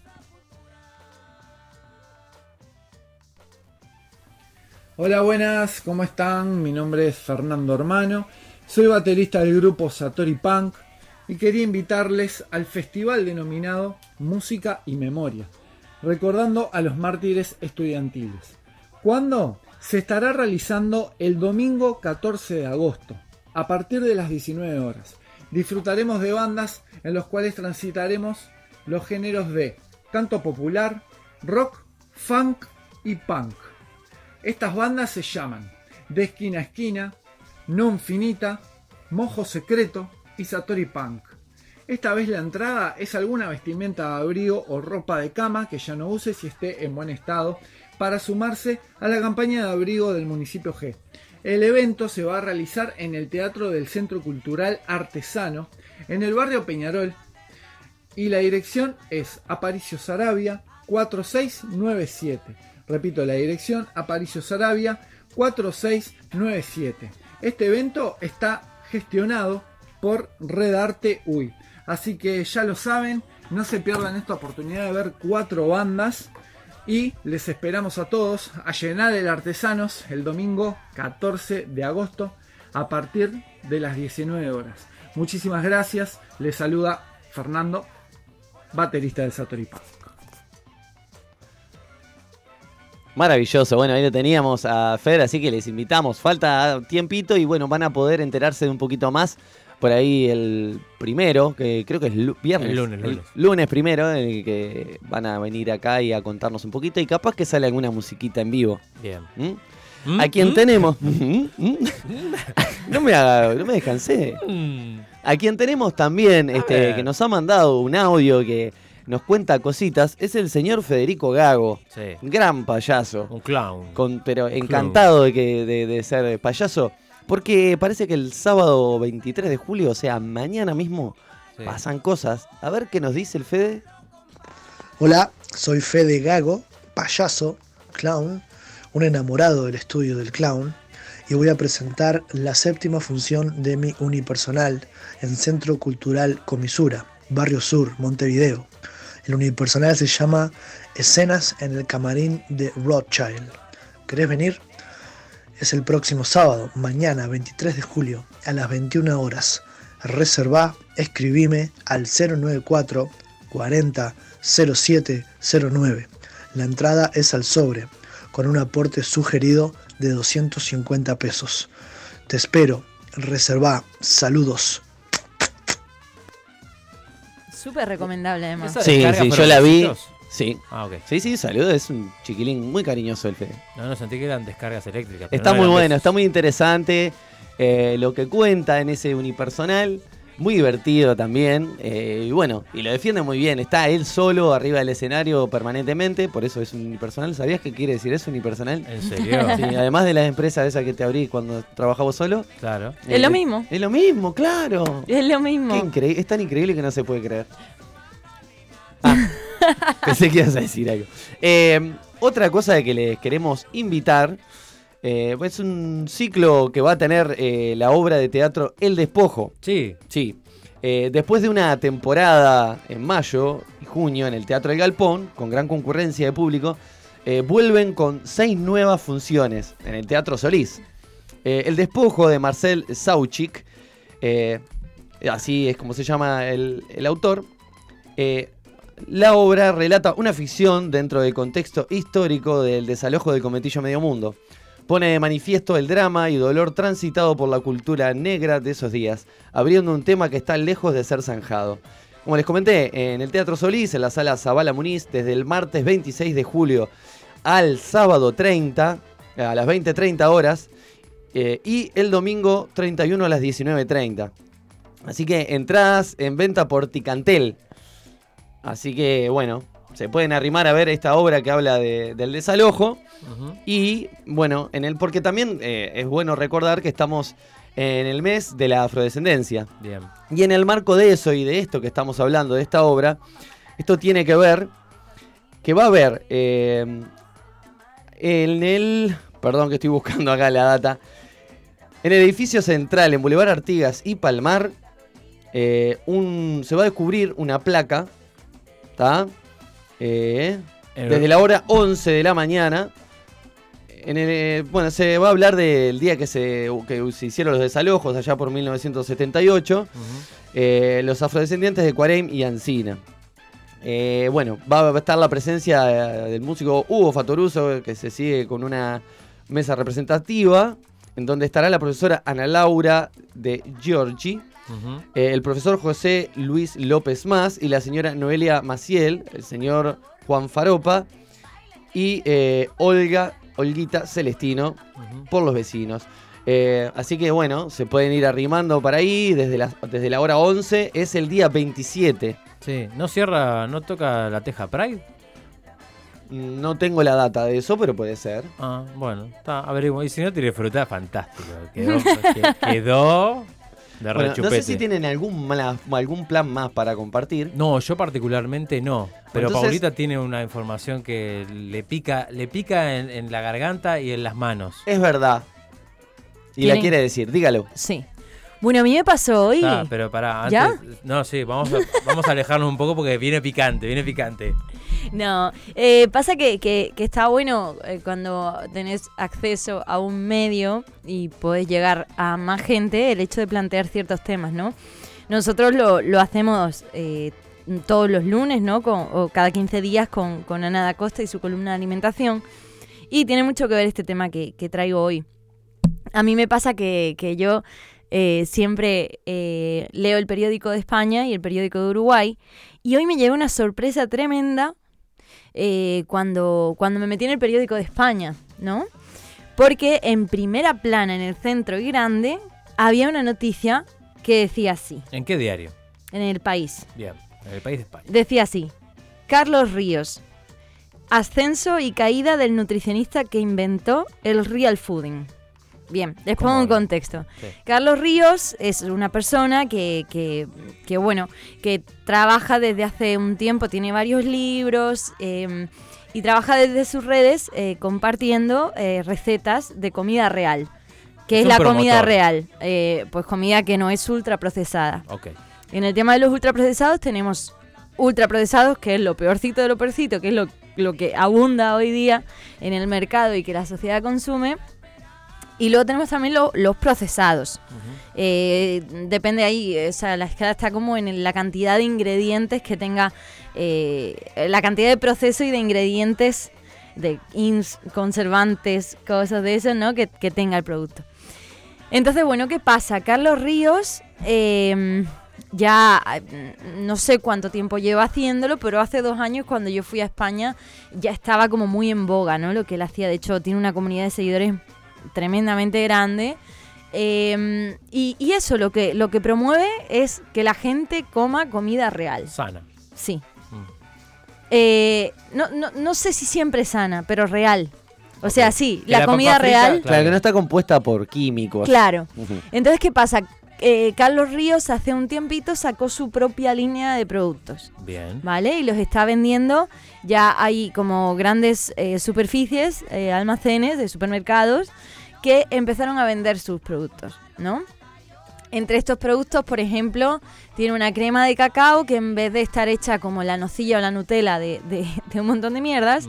Hola, buenas, ¿cómo están? Mi nombre es Fernando Hermano, soy baterista del grupo Satori Punk y quería invitarles al festival denominado Música y Memoria, recordando a los mártires estudiantiles. ¿Cuándo? Se estará realizando el domingo 14 de agosto, a partir de las 19 horas. Disfrutaremos de bandas en los cuales transitaremos los géneros de canto popular, rock, funk y punk. Estas bandas se llaman De Esquina a Esquina, Non Finita, Mojo Secreto y Satori Punk. Esta vez la entrada es alguna vestimenta de abrigo o ropa de cama que ya no uses y esté en buen estado para sumarse a la campaña de abrigo del municipio G. El evento se va a realizar en el Teatro del Centro Cultural Artesano, en el barrio Peñarol, y la dirección es Aparicio Saravia 4697. Repito la dirección, Aparicio Saravia 4697. Este evento está gestionado por Red Arte UI. Así que ya lo saben, no se pierdan esta oportunidad de ver 4 bandas. Y les esperamos a todos a llenar el Artesanos el domingo 14 de agosto a partir de las 19 horas. Muchísimas gracias. Les saluda Fernando, baterista del Satori Punk. Maravilloso, bueno, ahí lo teníamos a Fer, así que les invitamos. Falta tiempito y bueno, van a poder enterarse de un poquito más por ahí el 1, que creo que es viernes. El lunes 1, que van a venir acá y a contarnos un poquito y capaz que sale alguna musiquita en vivo. Bien. A quien tenemos... no me descansé. A quien tenemos también, que nos ha mandado un audio que nos cuenta cositas, es el señor Federico Gago. Sí. Gran payaso. Un clown. Pero encantado de ser payaso. Porque parece que el sábado 23 de julio, o sea, mañana mismo, pasan cosas. A ver qué nos dice el Fede. Hola, Soy Fede Gago, payaso, clown, un enamorado del estudio del clown, y voy a presentar la 7ª función de mi unipersonal en Centro Cultural Comisura, Barrio Sur, Montevideo. El unipersonal se llama Escenas en el Camarín de Rothschild. ¿Querés venir? Es el próximo sábado, mañana 23 de julio, a las 21 horas. Reservá, escribime al 094 40 0709. La entrada es al sobre, con un aporte sugerido de 250 pesos. Te espero, reservá, saludos. Súper recomendable además. Sí, yo la vi. Sí. Ah, ok. Sí, saludos, es un chiquilín muy cariñoso el Fede. No, sentí que eran descargas eléctricas. Está muy bueno, está muy interesante lo que cuenta en ese unipersonal. Muy divertido también, y bueno, y lo defiende muy bien. Está él solo arriba del escenario permanentemente, por eso es un unipersonal. ¿Sabías qué quiere decir eso, unipersonal? ¿En serio? Sí, además de las empresas esas que te abrís cuando trabajabas solo. Claro. Es lo mismo. Es lo mismo, claro. Es lo mismo. Es tan increíble que no se puede creer. Pensé que ibas a decir algo. Otra cosa de que les queremos invitar. Es un ciclo que va a tener la obra de teatro El Despojo. Sí. Después de una temporada en mayo y junio en el Teatro El Galpón, con gran concurrencia de público, vuelven con 6 nuevas funciones en el Teatro Solís. El Despojo de Marcel Sauchik, así es como se llama el autor. La obra relata una ficción dentro del contexto histórico del desalojo del Conventillo Medio Mundo. Pone de manifiesto el drama y dolor transitado por la cultura negra de esos días, abriendo un tema que está lejos de ser zanjado. Como les comenté, en el Teatro Solís, en la sala Zabala Muniz, desde el martes 26 de julio al sábado 30, a las 20:30 horas, y el domingo 31 a las 19:30. Así que entradas en venta por Ticantel. Así que, bueno, se pueden arrimar a ver esta obra que habla del desalojo. Uh-huh. Y, bueno, porque también es bueno recordar que estamos en el mes de la afrodescendencia. Bien. Y en el marco de eso y de esto que estamos hablando, de esta obra, esto tiene que ver que va a haber perdón que estoy buscando acá la data, en el edificio central, en Boulevard Artigas y Palmar, se va a descubrir una placa, ¿está? Desde la hora 11 de la mañana. Se va a hablar del día que se hicieron los desalojos allá por 1978. Uh-huh. Los afrodescendientes de Cuareim y Ancina. Va a estar la presencia del músico Hugo Fatoruso, que se sigue con una mesa representativa, en donde estará la profesora Ana Laura de Giorgi. Uh-huh. El profesor José Luis López Más y la señora Noelia Maciel, el señor Juan Faropa y Olguita Celestino, uh-huh, por los vecinos. Así que bueno, se pueden ir arrimando para ahí desde la hora 11. Es el día 27. Sí, ¿no toca la Teja Pride? No tengo la data de eso, pero puede ser. Ah, bueno, averiguo. Y si no tiene fruta, fantástico. Quedó de rechupete. No sé si tienen algún plan más para compartir. No, yo particularmente no. Pero entonces, Paulita tiene una información que le pica en la garganta y en las manos. Es verdad. Y la quiere decir, dígalo. Sí. Bueno, a mí me pasó hoy. Pero pará, antes. ¿Ya? No, sí, vamos a alejarnos un poco porque viene picante. No, pasa que está bueno cuando tenés acceso a un medio y podés llegar a más gente, el hecho de plantear ciertos temas, ¿no? Nosotros lo hacemos todos los lunes, ¿no? O cada 15 días con Ana da Costa y su columna de alimentación. Y tiene mucho que ver este tema que traigo hoy. A mí me pasa que yo siempre leo el periódico de España y el periódico de Uruguay. Y hoy me llegó una sorpresa tremenda cuando me metí en el periódico de España, ¿no? Porque en primera plana, en el centro y grande, había una noticia que decía así. ¿En qué diario? En El País. Bien, en El País de España. Decía así: Carlos Ríos, ascenso y caída del nutricionista que inventó el real fooding. Bien, les pongo un contexto. Sí. Carlos Ríos es una persona que trabaja desde hace un tiempo, tiene varios libros y trabaja desde sus redes compartiendo recetas de comida real. ¿Qué es la comida real? Pues comida que no es ultraprocesada. Okay. En el tema de los ultraprocesados tenemos ultraprocesados, que es lo peorcito de lo peorcito, que es lo que abunda hoy día en el mercado y que la sociedad consume. Y luego tenemos también los procesados. Depende ahí, o sea, la escala está como en la cantidad de ingredientes que tenga, la cantidad de proceso y de ingredientes, de conservantes, cosas de eso, ¿no? Que tenga el producto. Entonces, bueno, ¿qué pasa? Carlos Ríos ya no sé cuánto tiempo lleva haciéndolo, pero hace 2 años cuando yo fui a España ya estaba como muy en boga, ¿no? Lo que él hacía. De hecho, tiene una comunidad de seguidores tremendamente grande, y eso lo que promueve es que la gente coma comida real, sana. Sí. No sé si siempre sana, pero real. O sea, sí, la comida real. Claro, que no está compuesta por químicos. Claro. Entonces, ¿qué pasa? Carlos Ríos hace un tiempito sacó su propia línea de productos. Bien. ¿Vale? Y los está vendiendo. Ya hay como grandes superficies, almacenes de supermercados que empezaron a vender sus productos, ¿no? Entre estos productos, por ejemplo, tiene una crema de cacao que en vez de estar hecha como la nocilla o la Nutella de un montón de mierdas,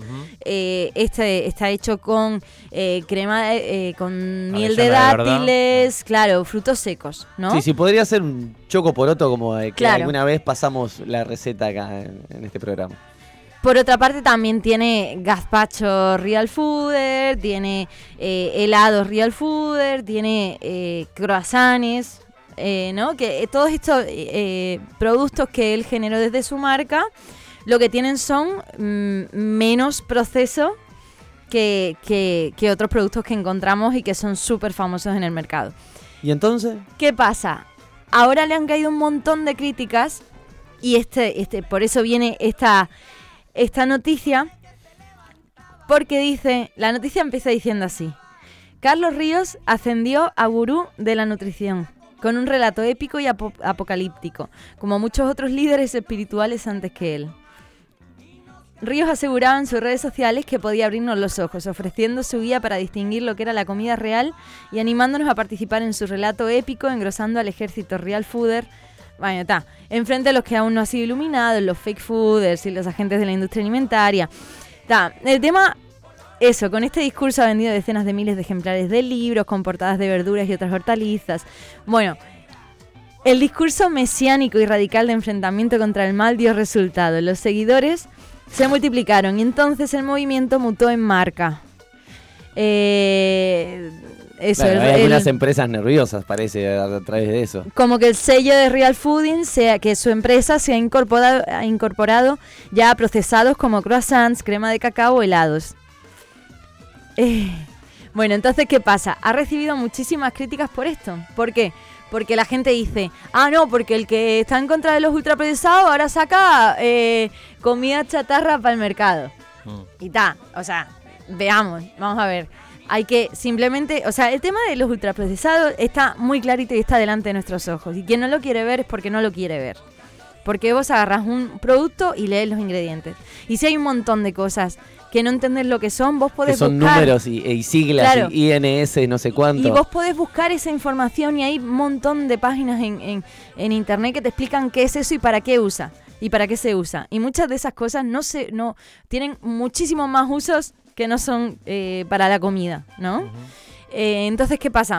está hecho con crema con miel de dátiles, claro, frutos secos, ¿no? Sí, podría ser un chocoporoto como que alguna vez pasamos la receta acá en este programa. Por otra parte, también tiene gazpacho Real Fooder, tiene helados Real Fooder, tiene croissants, ¿no? Que todos estos productos que él generó desde su marca, lo que tienen son menos proceso que otros productos que encontramos y que son súper famosos en el mercado. ¿Y entonces? ¿Qué pasa? Ahora le han caído un montón de críticas y por eso viene esta noticia, porque dice, la noticia empieza diciendo así: Carlos Ríos ascendió a gurú de la nutrición, con un relato épico y apocalíptico, como muchos otros líderes espirituales antes que él. Ríos aseguraba en sus redes sociales que podía abrirnos los ojos, ofreciendo su guía para distinguir lo que era la comida real y animándonos a participar en su relato épico, engrosando al ejército Real Fooder. Bueno, está. Enfrente a los que aún no han sido iluminados, los fake fooders y los agentes de la industria alimentaria. Está. El tema, eso, con este discurso ha vendido decenas de miles de ejemplares de libros con portadas de verduras y otras hortalizas. Bueno, el discurso mesiánico y radical de enfrentamiento contra el mal dio resultado. Los seguidores se multiplicaron y entonces el movimiento mutó en marca. Eso, claro, hay algunas empresas nerviosas, parece, a través de eso. Como que el sello de Real Fooding, que su empresa se ha incorporado ya a procesados como croissants, crema de cacao o helados. Bueno, entonces, ¿qué pasa? Ha recibido muchísimas críticas por esto. ¿Por qué? Porque la gente dice, no, porque el que está en contra de los ultraprocesados ahora saca comida chatarra para el mercado. Y o sea, veamos, vamos a ver. Hay que simplemente, o sea, el tema de los ultraprocesados está muy clarito y está delante de nuestros ojos. Y quien no lo quiere ver es porque no lo quiere ver. Porque vos agarras un producto y lees los ingredientes. Y si hay un montón de cosas que no entendés lo que son, vos podés buscar. Que son números y siglas, claro, y INS, no sé cuánto. Y vos podés buscar esa información y hay un montón de páginas en internet que te explican qué es eso y para qué usa. Y para qué se usa. Y muchas de esas cosas no tienen muchísimos más usos que no son para la comida, ¿no? Entonces, ¿qué pasa?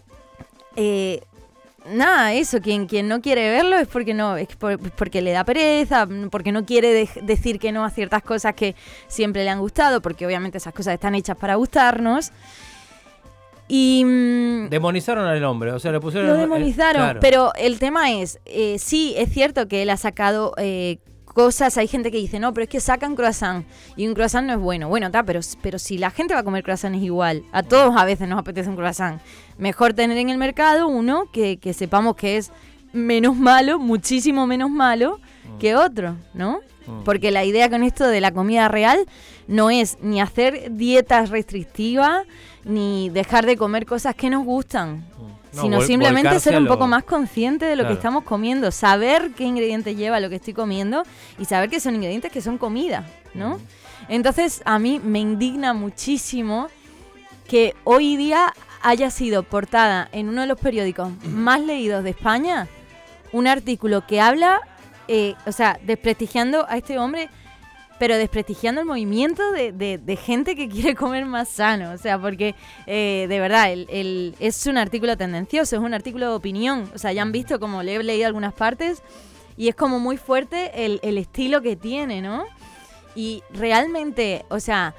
Nada, eso, quien no quiere verlo es porque le da pereza, porque no quiere decir que no a ciertas cosas que siempre le han gustado, porque obviamente esas cosas están hechas para gustarnos. Y demonizaron al hombre, o sea, le pusieron... Lo demonizaron, claro. Pero el tema es, sí, es cierto que él ha sacado cosas, hay gente que dice, no, pero es que sacan croissant y un croissant no es bueno. Bueno, pero si la gente va a comer croissant es igual, a todos a veces nos apetece un croissant. Mejor tener en el mercado uno que sepamos que es menos malo, muchísimo menos malo, que otro, ¿no? Porque la idea con esto de la comida real no es ni hacer dietas restrictivas, ni dejar de comer cosas que nos gustan, sino simplemente ser un poco más consciente de lo que estamos comiendo, saber qué ingredientes lleva lo que estoy comiendo y saber que son ingredientes que son comida, ¿no? Entonces a mí me indigna muchísimo que hoy día haya sido portada en uno de los periódicos más leídos de España un artículo que habla, desprestigiando a este hombre, pero desprestigiando el movimiento de gente que quiere comer más sano. O sea, porque de verdad, es un artículo tendencioso, es un artículo de opinión. O sea, ya han visto como le he leído algunas partes y es como muy fuerte el estilo que tiene, ¿no? Y realmente, o sea,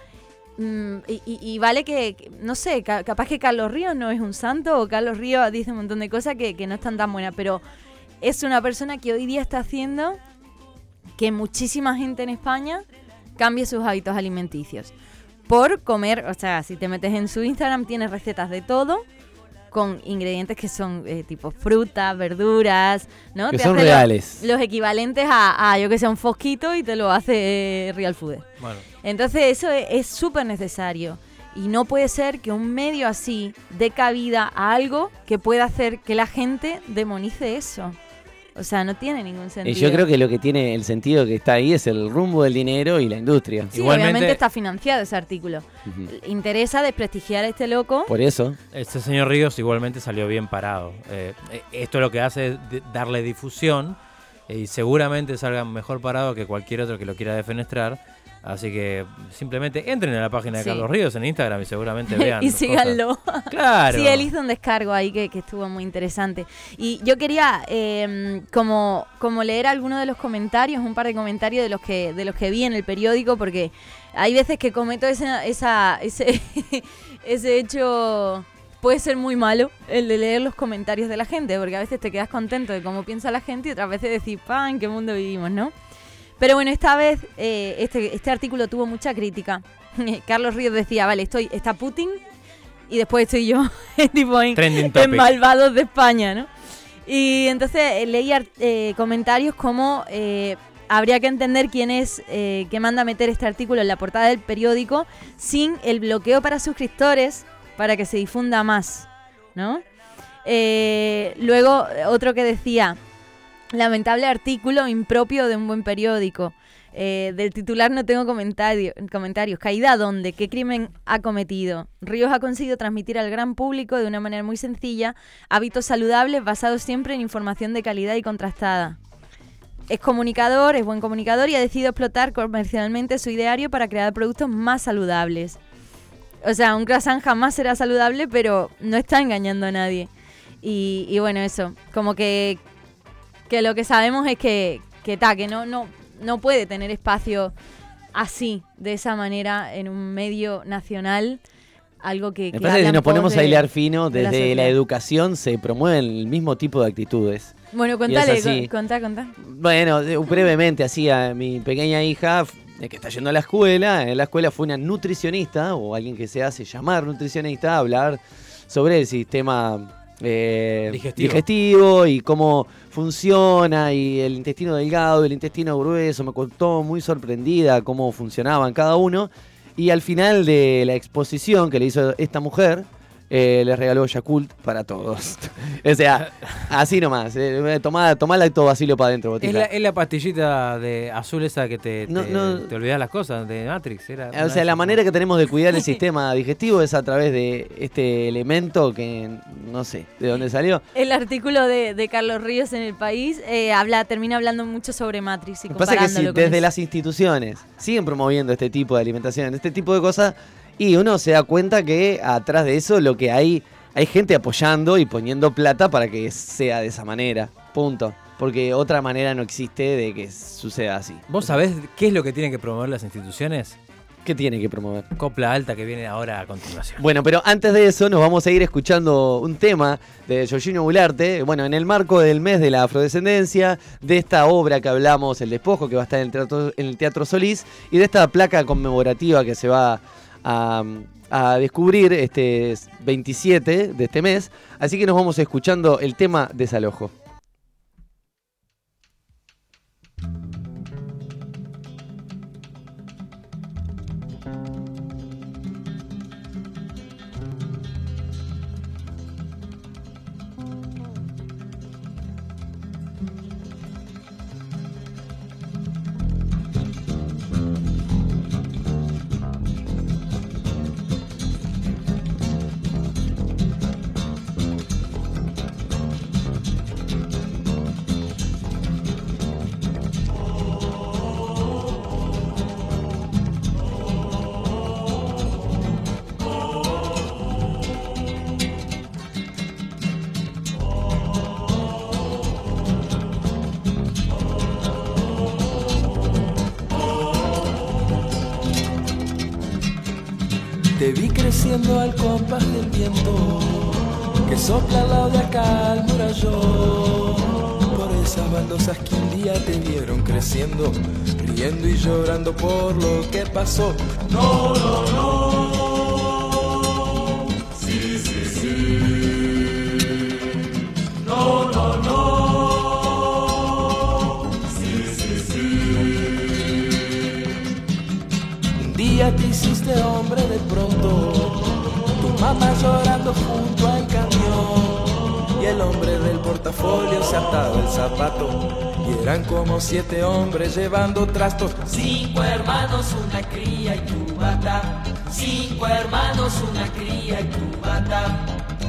y vale que, no sé, capaz que Carlos Ríos no es un santo o Carlos Ríos dice un montón de cosas que no están tan buenas, pero es una persona que hoy día está haciendo que muchísima gente en España cambie sus hábitos alimenticios por comer. O sea, si te metes en su Instagram, tiene recetas de todo con ingredientes que son tipo frutas, verduras, ¿no? Que te son hace reales. los equivalentes a yo que sé, un fosquito y te lo hace Real Food. Bueno. Entonces eso es súper necesario. Y no puede ser que un medio así dé cabida a algo que pueda hacer que la gente demonice eso. O sea, no tiene ningún sentido. Y yo creo que lo que tiene el sentido que está ahí es el rumbo del dinero y la industria. Sí, obviamente está financiado ese artículo. Interesa desprestigiar a este loco. Por eso. Este señor Ríos igualmente salió bien parado. Esto lo que hace es darle difusión y seguramente salga mejor parado que cualquier otro que lo quiera defenestrar. Así que simplemente entren a la página de Carlos Ríos en Instagram y seguramente vean. Y síganlo. Claro. Sí, él hizo un descargo ahí que estuvo muy interesante. Y yo quería como leer algunos de los comentarios, un par de comentarios de los que vi en el periódico, porque hay veces que cometo ese hecho. Puede ser muy malo el de leer los comentarios de la gente, porque a veces te quedas contento de cómo piensa la gente y otras veces decís, ¿en qué mundo vivimos, no? Pero bueno, esta vez este artículo tuvo mucha crítica. Carlos Ríos decía, vale, está Putin y después estoy yo, tipo en Malvados de España, ¿no? Y entonces leía comentarios como habría que entender quién es que manda a meter este artículo en la portada del periódico sin el bloqueo para suscriptores para que se difunda más, ¿no? Luego otro que decía, lamentable artículo impropio de un buen periódico. Del titular no tengo comentarios. ¿Caída dónde? ¿Qué crimen ha cometido? Ríos ha conseguido transmitir al gran público de una manera muy sencilla hábitos saludables basados siempre en información de calidad y contrastada. Es comunicador, es buen comunicador y ha decidido explotar comercialmente su ideario para crear productos más saludables. O sea, un croissant jamás será saludable, pero no está engañando a nadie. Y bueno, eso, como que lo que sabemos es que no puede tener espacio así, de esa manera, en un medio nacional, algo que... Me parece que si nos ponemos a hilar fino, desde la educación se promueven el mismo tipo de actitudes. Bueno, contá. Bueno, brevemente, así a mi pequeña hija, que está yendo a la escuela, en la escuela fue una nutricionista, o alguien que se hace llamar nutricionista, a hablar sobre el sistema... digestivo y cómo funciona y el intestino delgado y el intestino grueso. Me contó muy sorprendida cómo funcionaban cada uno y al final de la exposición que le hizo esta mujer les regaló Yakult para todos. O sea, así nomás. Tomá lactobacilo para adentro, botija. Es la pastillita de azul esa que te olvidas las cosas de Matrix. O sea, la manera que tenemos de cuidar el sistema digestivo es a través de este elemento que no sé de dónde salió. El artículo de Carlos Ríos en El País termina hablando mucho sobre Matrix y Lo que pasa es que si desde eso. las instituciones siguen promoviendo este tipo de alimentación, este tipo de cosas, y uno se da cuenta que atrás de eso lo que hay gente apoyando y poniendo plata para que sea de esa manera. Punto. Porque otra manera no existe de que suceda así. ¿Vos sabés qué es lo que tienen que promover las instituciones? ¿Qué tiene que promover? Copla alta que viene ahora a continuación. Bueno, pero antes de eso nos vamos a ir escuchando un tema de Georgino Goularte, bueno, en el marco del mes de la afrodescendencia, de esta obra que hablamos, El Despojo, que va a estar en el Teatro Solís, y de esta placa conmemorativa que se va a descubrir este 27 de este mes. Así que nos vamos escuchando el tema Desalojo. Te vi creciendo al compás del viento que sopla al lado de acá al murallón. Por esas baldosas que un día te vieron creciendo, riendo y llorando por lo que pasó. No, no, no. Sí, sí, sí. No, no, no. Sí, sí, sí. Un día te hiciste hombre de pronto, tu mamá llorando junto al camión y el hombre del portafolio se ataba el zapato y eran como 7 hombres llevando trastos. 5 hermanos, una cría y tu bata. 5 hermanos, una cría y tu bata.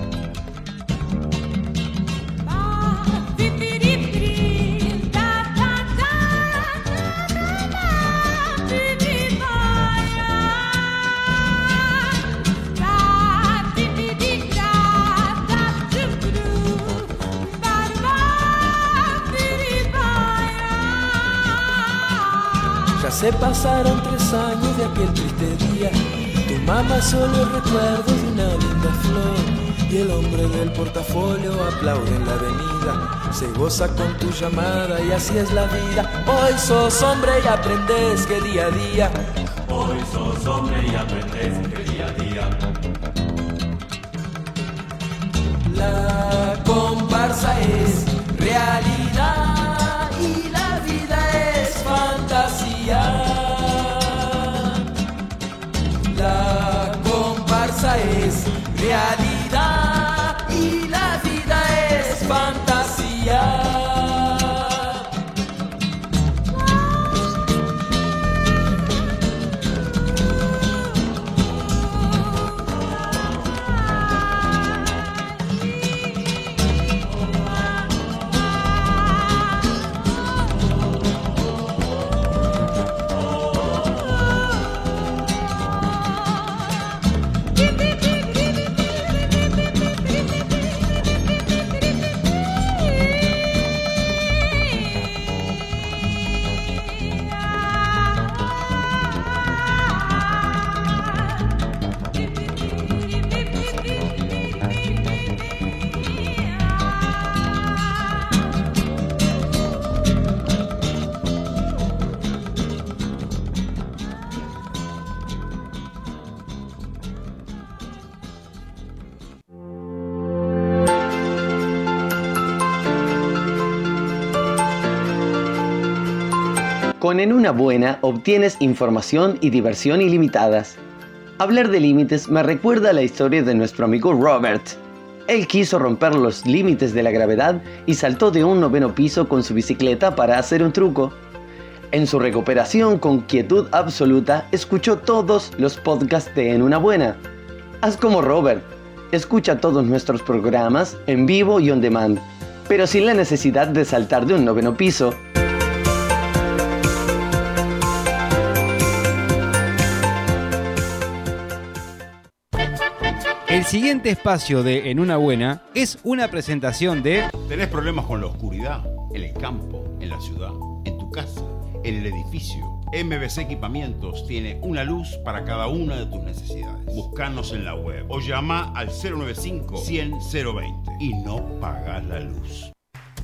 Se pasaron 3 años de aquel triste día. Tu mamá solo recuerdo de una linda flor y el hombre del portafolio aplaude en la avenida. Se goza con tu llamada y así es la vida. Hoy sos hombre y aprendes que día a día. Hoy sos hombre y aprendes que día a día. La comparsa es realidad y la vida es fantasía. La comparsa es realidad y la vida es fantasía. Con En una buena obtienes información y diversión ilimitadas. Hablar de límites me recuerda a la historia de nuestro amigo Robert. Él quiso romper los límites de la gravedad y saltó de un 9º piso con su bicicleta para hacer un truco. En su recuperación con quietud absoluta, escuchó todos los podcasts de En una buena. Haz como Robert. Escucha todos nuestros programas en vivo y on demand, pero sin la necesidad de saltar de un 9º piso. El siguiente espacio de En una buena es una presentación de... ¿Tenés problemas con la oscuridad? En el campo, en la ciudad, en tu casa, en el edificio. MBC Equipamientos tiene una luz para cada una de tus necesidades. Búscanos en la web o llama al 095-100-020 y no pagas la luz.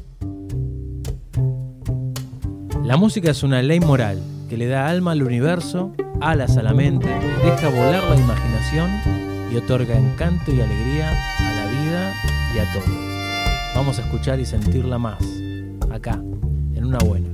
La música es una ley moral que le da alma al universo, alas a la mente, deja volar la imaginación y otorga encanto y alegría a la vida y a todo. Vamos a escuchar y sentirla más, acá, en una buena.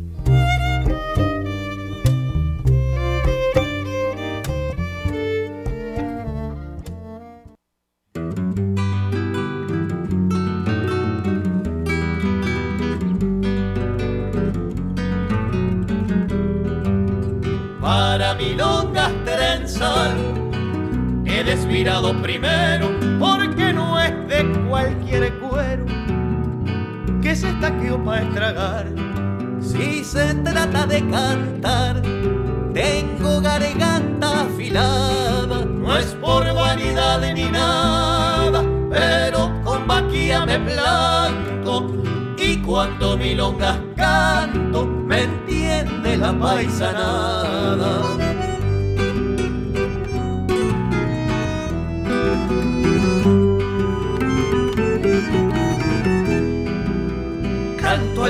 Para milongas trenzar he desvirado primero, porque no es de cualquier cuero que se estaqueó para estragar. Si se trata de cantar, tengo garganta afilada, no es por vanidad ni nada, pero con vaquía me planto y cuando milongas canto me entiende la paisanada.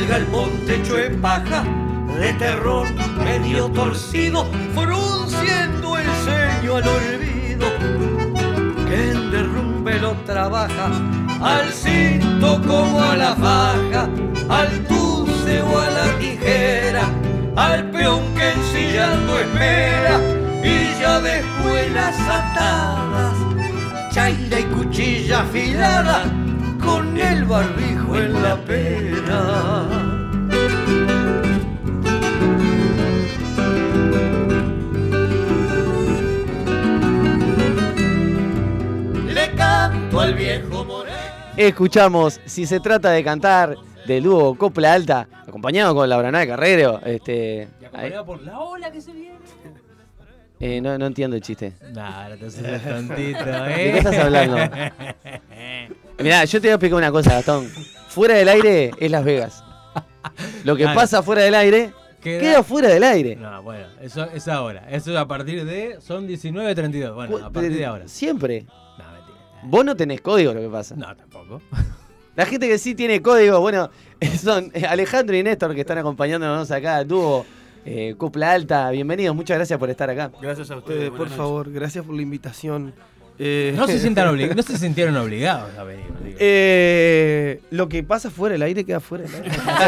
el galpón techo de paja, de terror medio torcido, frunciendo el ceño al olvido, que en derrumbe lo trabaja, al cinto como a la faja, al tuce o a la tijera, al peón que ensillando espera, y ya después las atadas, chaira y cuchilla afilada, con el barbijo en la pera. Le canto al viejo moreno. Escuchamos Si se trata de cantar, del dúo Copla Alta, acompañado con Laura Nada Carrero. Y acompañado por la ola que se viene. No entiendo el chiste. Nah, no te haces tontito, ¿De qué estás hablando? Mirá, yo te voy a explicar una cosa, Gastón. Fuera del aire es Las Vegas. Lo que pasa fuera del aire queda fuera del aire. No, bueno, eso es ahora. Eso es a partir de... Son 19:32. Bueno, a partir de ahora. Siempre. No, mentira. Vos no tenés código, lo que pasa. No, tampoco. La gente que sí tiene código, bueno, son Alejandro y Néstor, que están acompañándonos acá al dúo Copla Alta. Bienvenidos, muchas gracias por estar acá. Gracias a ustedes. Por favor, gracias por la invitación. No se sintieron obligados a venir. Digo. Lo que pasa fuera del aire queda fuera del aire.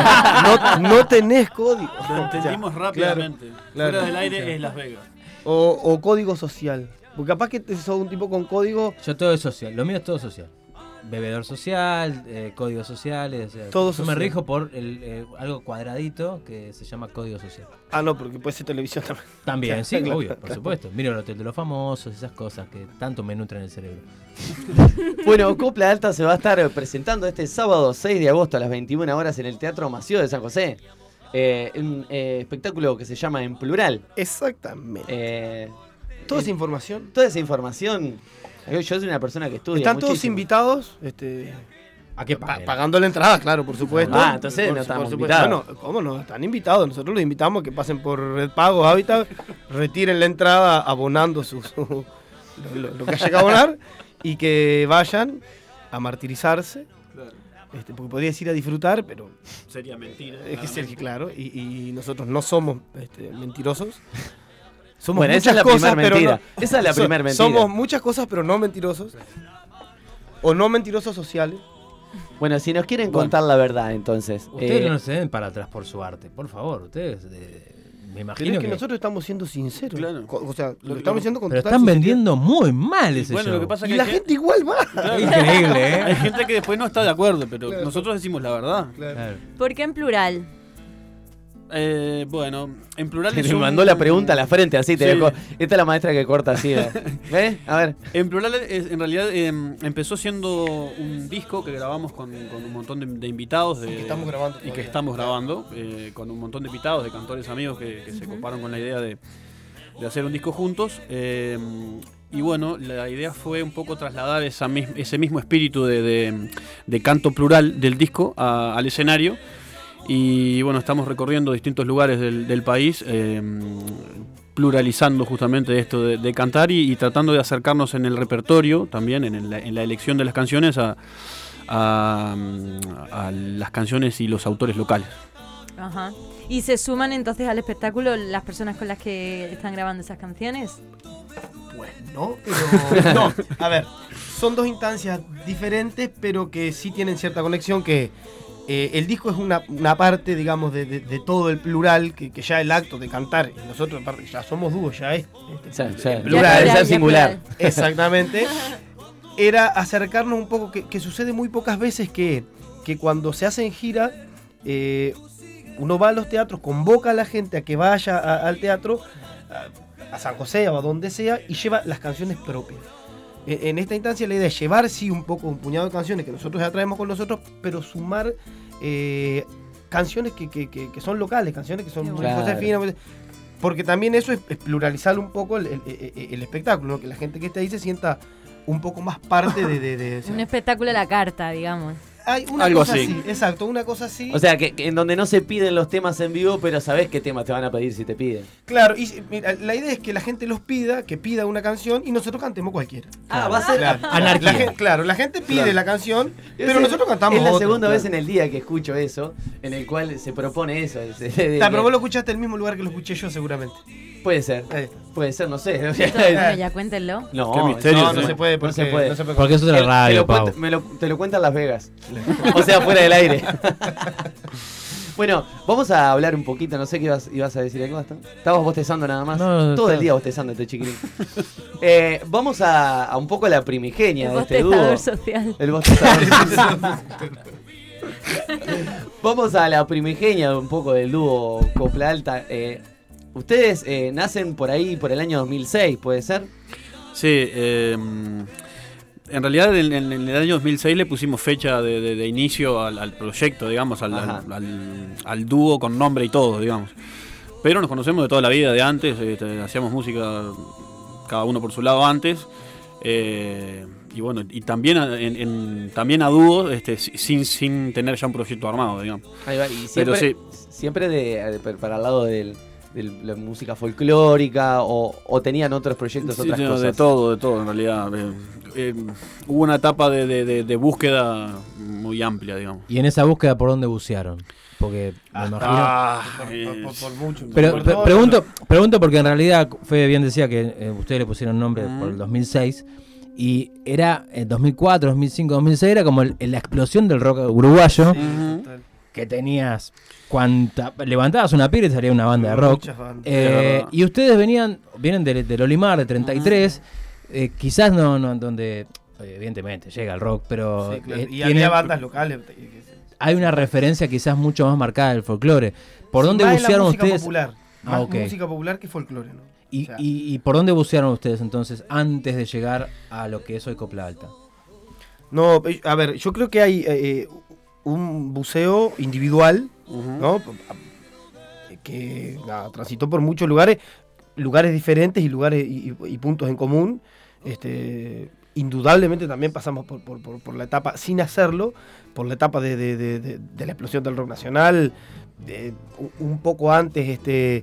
no tenés código. Lo entendimos rápidamente. Claro. Fuera del aire es Las Vegas. O código social. Porque capaz que sos un tipo con código. Yo todo es social. Lo mío es todo social. Bebedor social, códigos sociales. Todo yo social. me rijo por algo cuadradito que se llama código social. Ah, no, porque puede ser televisión también. También, sí, Claro, obvio, por claro. supuesto. Miro el Hotel de los Famosos, esas cosas que tanto me nutren el cerebro. Bueno, Copla Alta se va a estar presentando este sábado 6 de agosto a las 21 horas en el Teatro Mació de San José. Un espectáculo que se llama En Plural. Exactamente. Toda esa información. Toda esa información. Yo soy una persona que estudia. Están todos muchísimo. invitados. ¿A qué pagan? Pagando la entrada, claro, por supuesto. Ah, entonces no estamos invitados. Bueno, ¿cómo no? Están invitados. Nosotros los invitamos a que pasen por Red Pago, Hábitat, retiren la entrada abonando lo que haya que abonar y que vayan a martirizarse. Claro. Porque podría ir a disfrutar, pero Sería mentira. es que ser claro. Y nosotros no somos mentirosos. Somos Bueno, esa muchas es la cosas, primer pero mentira. no, Esa es la primer mentira. Somos muchas cosas, pero no mentirosos. O no mentirosos sociales. Bueno, si nos quieren contar la verdad, entonces. Ustedes no se den para atrás por su arte, por favor. Ustedes, me imagino Pero es que nosotros estamos siendo sinceros. Claro. O sea, lo estamos diciendo con Pero total están ¿eh? sinceridad. vendiendo muy mal ese Bueno, show. lo que pasa es Y que la hay gente igual va. Claro. Increíble, ¿eh? Hay gente que después no está de acuerdo, pero Claro. nosotros decimos la verdad. Claro. ¿Por qué en plural? Bueno, en plural Me es un... mandó la pregunta a la frente, así. Sí. Esta es la maestra que corta así. ¿Ves? A ver. En plural, en realidad, empezó siendo un disco que grabamos con un montón de invitados. Que estamos grabando Y que todavía. estamos grabando con un montón de invitados, de cantores amigos que se coparon con la idea de hacer un disco juntos. Y bueno, la idea fue un poco trasladar ese mismo espíritu de canto plural del disco al escenario. Y bueno, estamos recorriendo distintos lugares del país, pluralizando justamente esto de cantar y tratando de acercarnos en el repertorio, también en la elección de las canciones a las canciones y los autores locales. Ajá. ¿Y se suman entonces al espectáculo las personas con las que están grabando esas canciones? No, pero no. A ver, son dos instancias diferentes, pero que sí tienen cierta conexión. Que el disco es una parte, digamos, de todo el plural, que ya el acto de cantar, y nosotros aparte ya somos dúos, ya es Plural, es singular. Exactamente. Era acercarnos un poco, que sucede muy pocas veces que cuando se hace en gira, uno va a los teatros, convoca a la gente a que vaya al teatro, a San José o a donde sea, y lleva las canciones propias. En esta instancia la idea es llevar sí un puñado de canciones que nosotros ya traemos con nosotros, pero sumar canciones que son locales, canciones que son muy Claro. josefinas, porque también eso es pluralizar un poco el espectáculo, ¿no? Que la gente que esté ahí se sienta un poco más parte de Un espectáculo a la carta, digamos. Hay una Algo cosa así. Exacto, una cosa así. O sea, que en donde no se piden los temas en vivo, pero sabés qué temas te van a pedir si te piden. Claro, y mira, la idea es que la gente los pida, que pida una canción y nosotros cantemos cualquiera. Ah, va a ser anarquía. Claro, la gente pide la canción, pero nosotros cantamos Es la otra, segunda claro. vez en el día que escucho eso, en el cual se propone eso. Pero vos lo escuchaste en el mismo lugar que lo escuché yo seguramente. Puede ser, no sé. Bueno, ya cuéntenlo. No, Qué misterio, no se puede, porque, no se puede. Porque es otra radio, Pau. Te lo cuentan Las Vegas. O sea, fuera del aire. Bueno, vamos a hablar un poquito, no sé qué ibas a decir algo. Estabas bostezando nada más. No, todo el día bostezando este chiquilín. Vamos a un poco la primigenia de este dúo. Bostezador social. El bostezador social. Vamos a la primigenia un poco del dúo Copla Alta. Ustedes nacen por ahí, por el año 2006, ¿puede ser? Sí, en realidad en el año 2006 le pusimos fecha de inicio al proyecto, digamos, al dúo con nombre y todo, digamos. Pero nos conocemos de toda la vida, de antes, hacíamos música cada uno por su lado antes. Y bueno, y también también a dúo, sin tener ya un proyecto armado, digamos. Ahí va, y Pero sí. siempre para el lado de la música folclórica o tenían otros proyectos, otras cosas. De todo en realidad. Hubo una etapa de búsqueda muy amplia, digamos. ¿Y en esa búsqueda por dónde bucearon? Porque me imagino... Por mucho. Pero pregunto porque en realidad Fede bien decía que ustedes le pusieron nombre por el 2006 y era en 2004, 2005, 2006 era como la explosión del rock uruguayo. Sí, que tenías levantabas una piedra y salía una banda de rock. Y ustedes vienen del Olimar, de 33, quizás no donde evidentemente llega el rock, pero sí, claro. Y había bandas locales. Hay una referencia quizás mucho más marcada del folclore. ¿Por dónde bucearon ustedes? Popular, más música popular que folclore, ¿no? ¿Y por dónde bucearon ustedes entonces antes de llegar a lo que es hoy Copla Alta? No, a ver, yo creo que hay un buceo individual, ¿no? Que transitó por muchos lugares diferentes y lugares y puntos en común. Indudablemente también pasamos por la etapa, sin hacerlo, por la etapa de la explosión del rock nacional, un poco antes de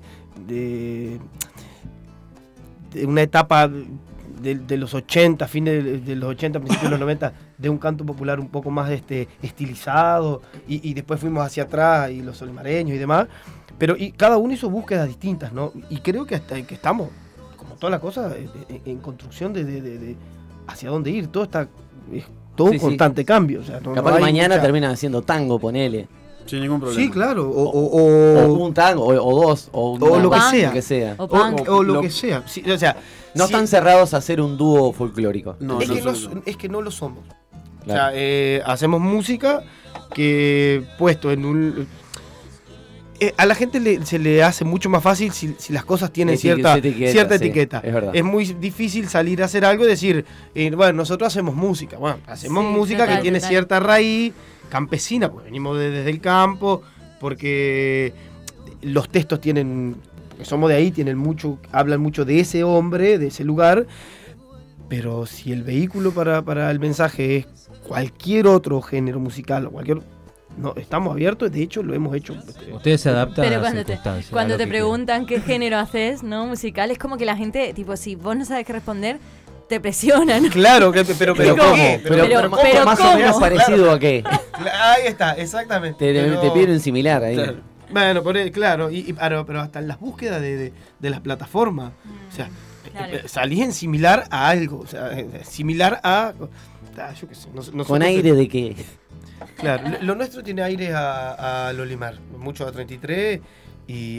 una etapa de los 80, fines de los 80, principios de los 90, de un canto popular un poco más estilizado, y después fuimos hacia atrás, y los solimareños y demás, pero y cada uno hizo búsquedas distintas, ¿no? Y creo que hasta que estamos, como toda la cosa, en construcción de hacia dónde ir, todo está, es todo un constante cambio. O sea, capaz que mañana terminan haciendo tango, ponele. Sin ningún problema. Sí, claro. O un tango, o dos, o lo que sea. O lo que sea. Sí, o sea, no están cerrados a hacer un dúo folclórico. No, es que no lo somos. Claro. O sea, hacemos música que puesto en un... a la gente se le hace mucho más fácil si las cosas tienen cierta etiqueta. Es verdad. Es muy difícil salir a hacer algo y decir, bueno, nosotros hacemos música. Bueno, hacemos música que tiene cierta raíz campesina, porque venimos desde el campo, porque los textos tienen, porque somos de ahí, hablan mucho de ese hombre, de ese lugar, pero si el vehículo para el mensaje es cualquier otro género musical o cualquier... No, estamos abiertos, de hecho lo hemos hecho. Ustedes se adaptan pero a las circunstancias. Cuando te preguntan qué género haces, ¿no? Musical, es como que la gente, tipo, si vos no sabes qué responder, te presionan. Claro, pero ¿cómo? Pero más o menos parecido a qué. Ahí está, exactamente. Te piden un similar ahí. Claro. Bueno, claro, pero hasta en las búsquedas de las plataformas, o sea, salís en similar a algo, o sea, similar a... yo qué sé, ¿Con aire de qué? Claro, lo nuestro tiene aire a Lolimar, mucho a 33 y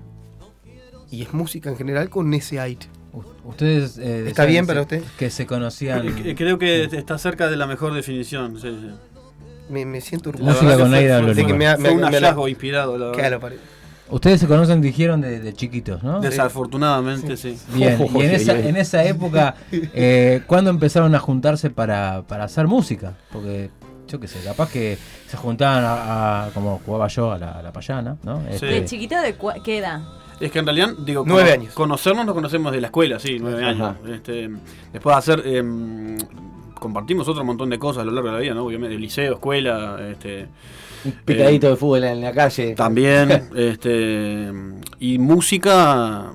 es música en general con ese aire. ¿Ustedes está bien para usted? Que se conocían? Creo que está cerca de la mejor definición. Sí. Me siento orgulloso. Música con aire a Lolimar. Fue un hallazgo inspirado, la verdad. Ustedes se conocen, dijeron, de chiquitos, ¿no? Desafortunadamente, sí. Bien, y en esa época, ¿cuándo empezaron a juntarse para hacer música? Porque... yo qué sé, capaz que se juntaban como jugaba yo a la payana, ¿no? Sí. ¿De chiquito de qué edad? Es que en realidad, 9 años. Conocernos nos conocemos de la escuela, sí, 9 años. Después de hacer compartimos otro montón de cosas a lo largo de la vida, ¿no? Obviamente, liceo, escuela, Un picadito de fútbol en la calle. También, y música,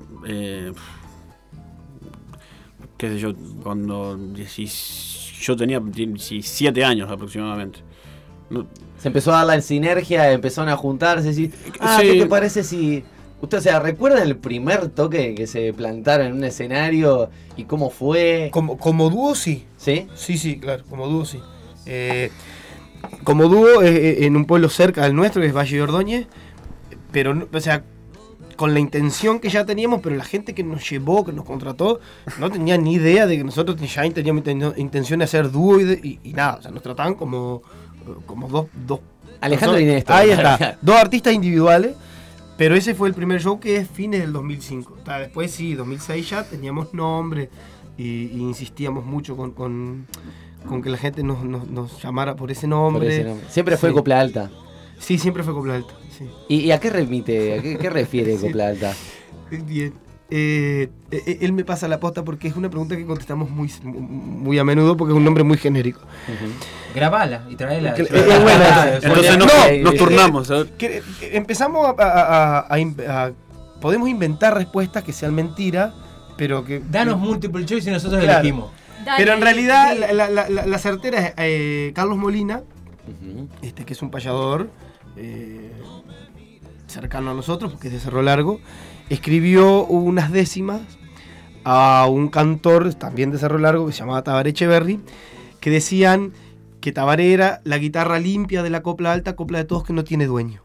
qué sé yo, cuando yo tenía 17 años aproximadamente. Se empezó a dar la sinergia, empezaron a juntarse. ¿Sí? Sí. ¿Qué te parece si...? Usted, o sea, ¿recuerdan el primer toque que se plantaron en un escenario y cómo fue? Como dúo, sí. ¿Sí? Sí, claro, como dúo, sí. Como dúo en un pueblo cerca del nuestro, que es Valle de Ordóñez, pero, o sea, con la intención que ya teníamos, pero la gente que nos llevó, que nos contrató, no tenía ni idea de que nosotros ya teníamos intención de hacer dúo y nada, o sea, nos trataban como dos Alejandro y Néstor. Ahí está, dos artistas individuales, pero ese fue el primer show, que es fines del 2005. Después sí, 2006 ya teníamos nombre y insistíamos mucho con que la gente nos llamara por ese nombre. Siempre fue Copla Alta. Sí, siempre fue Copla Alta. Sí. ¿Y a qué remite? ¿A qué refiere Copla Alta? Bien. Él me pasa la posta porque es una pregunta que contestamos muy a menudo porque es un nombre muy genérico. Grabala y traela. Entonces nos turnamos. Empezamos podemos inventar respuestas que sean mentiras, pero que... Danos multiple choice y nosotros Claro. elegimos. Pero en realidad la certera es Carlos Molina, que es un payador cercano a nosotros, porque es de Cerro Largo, escribió unas décimas a un cantor también de Cerro Largo que se llamaba Tabaré Echeverry, que decían que Tabaré era la guitarra limpia de la copla alta, copla de todos que no tiene dueño.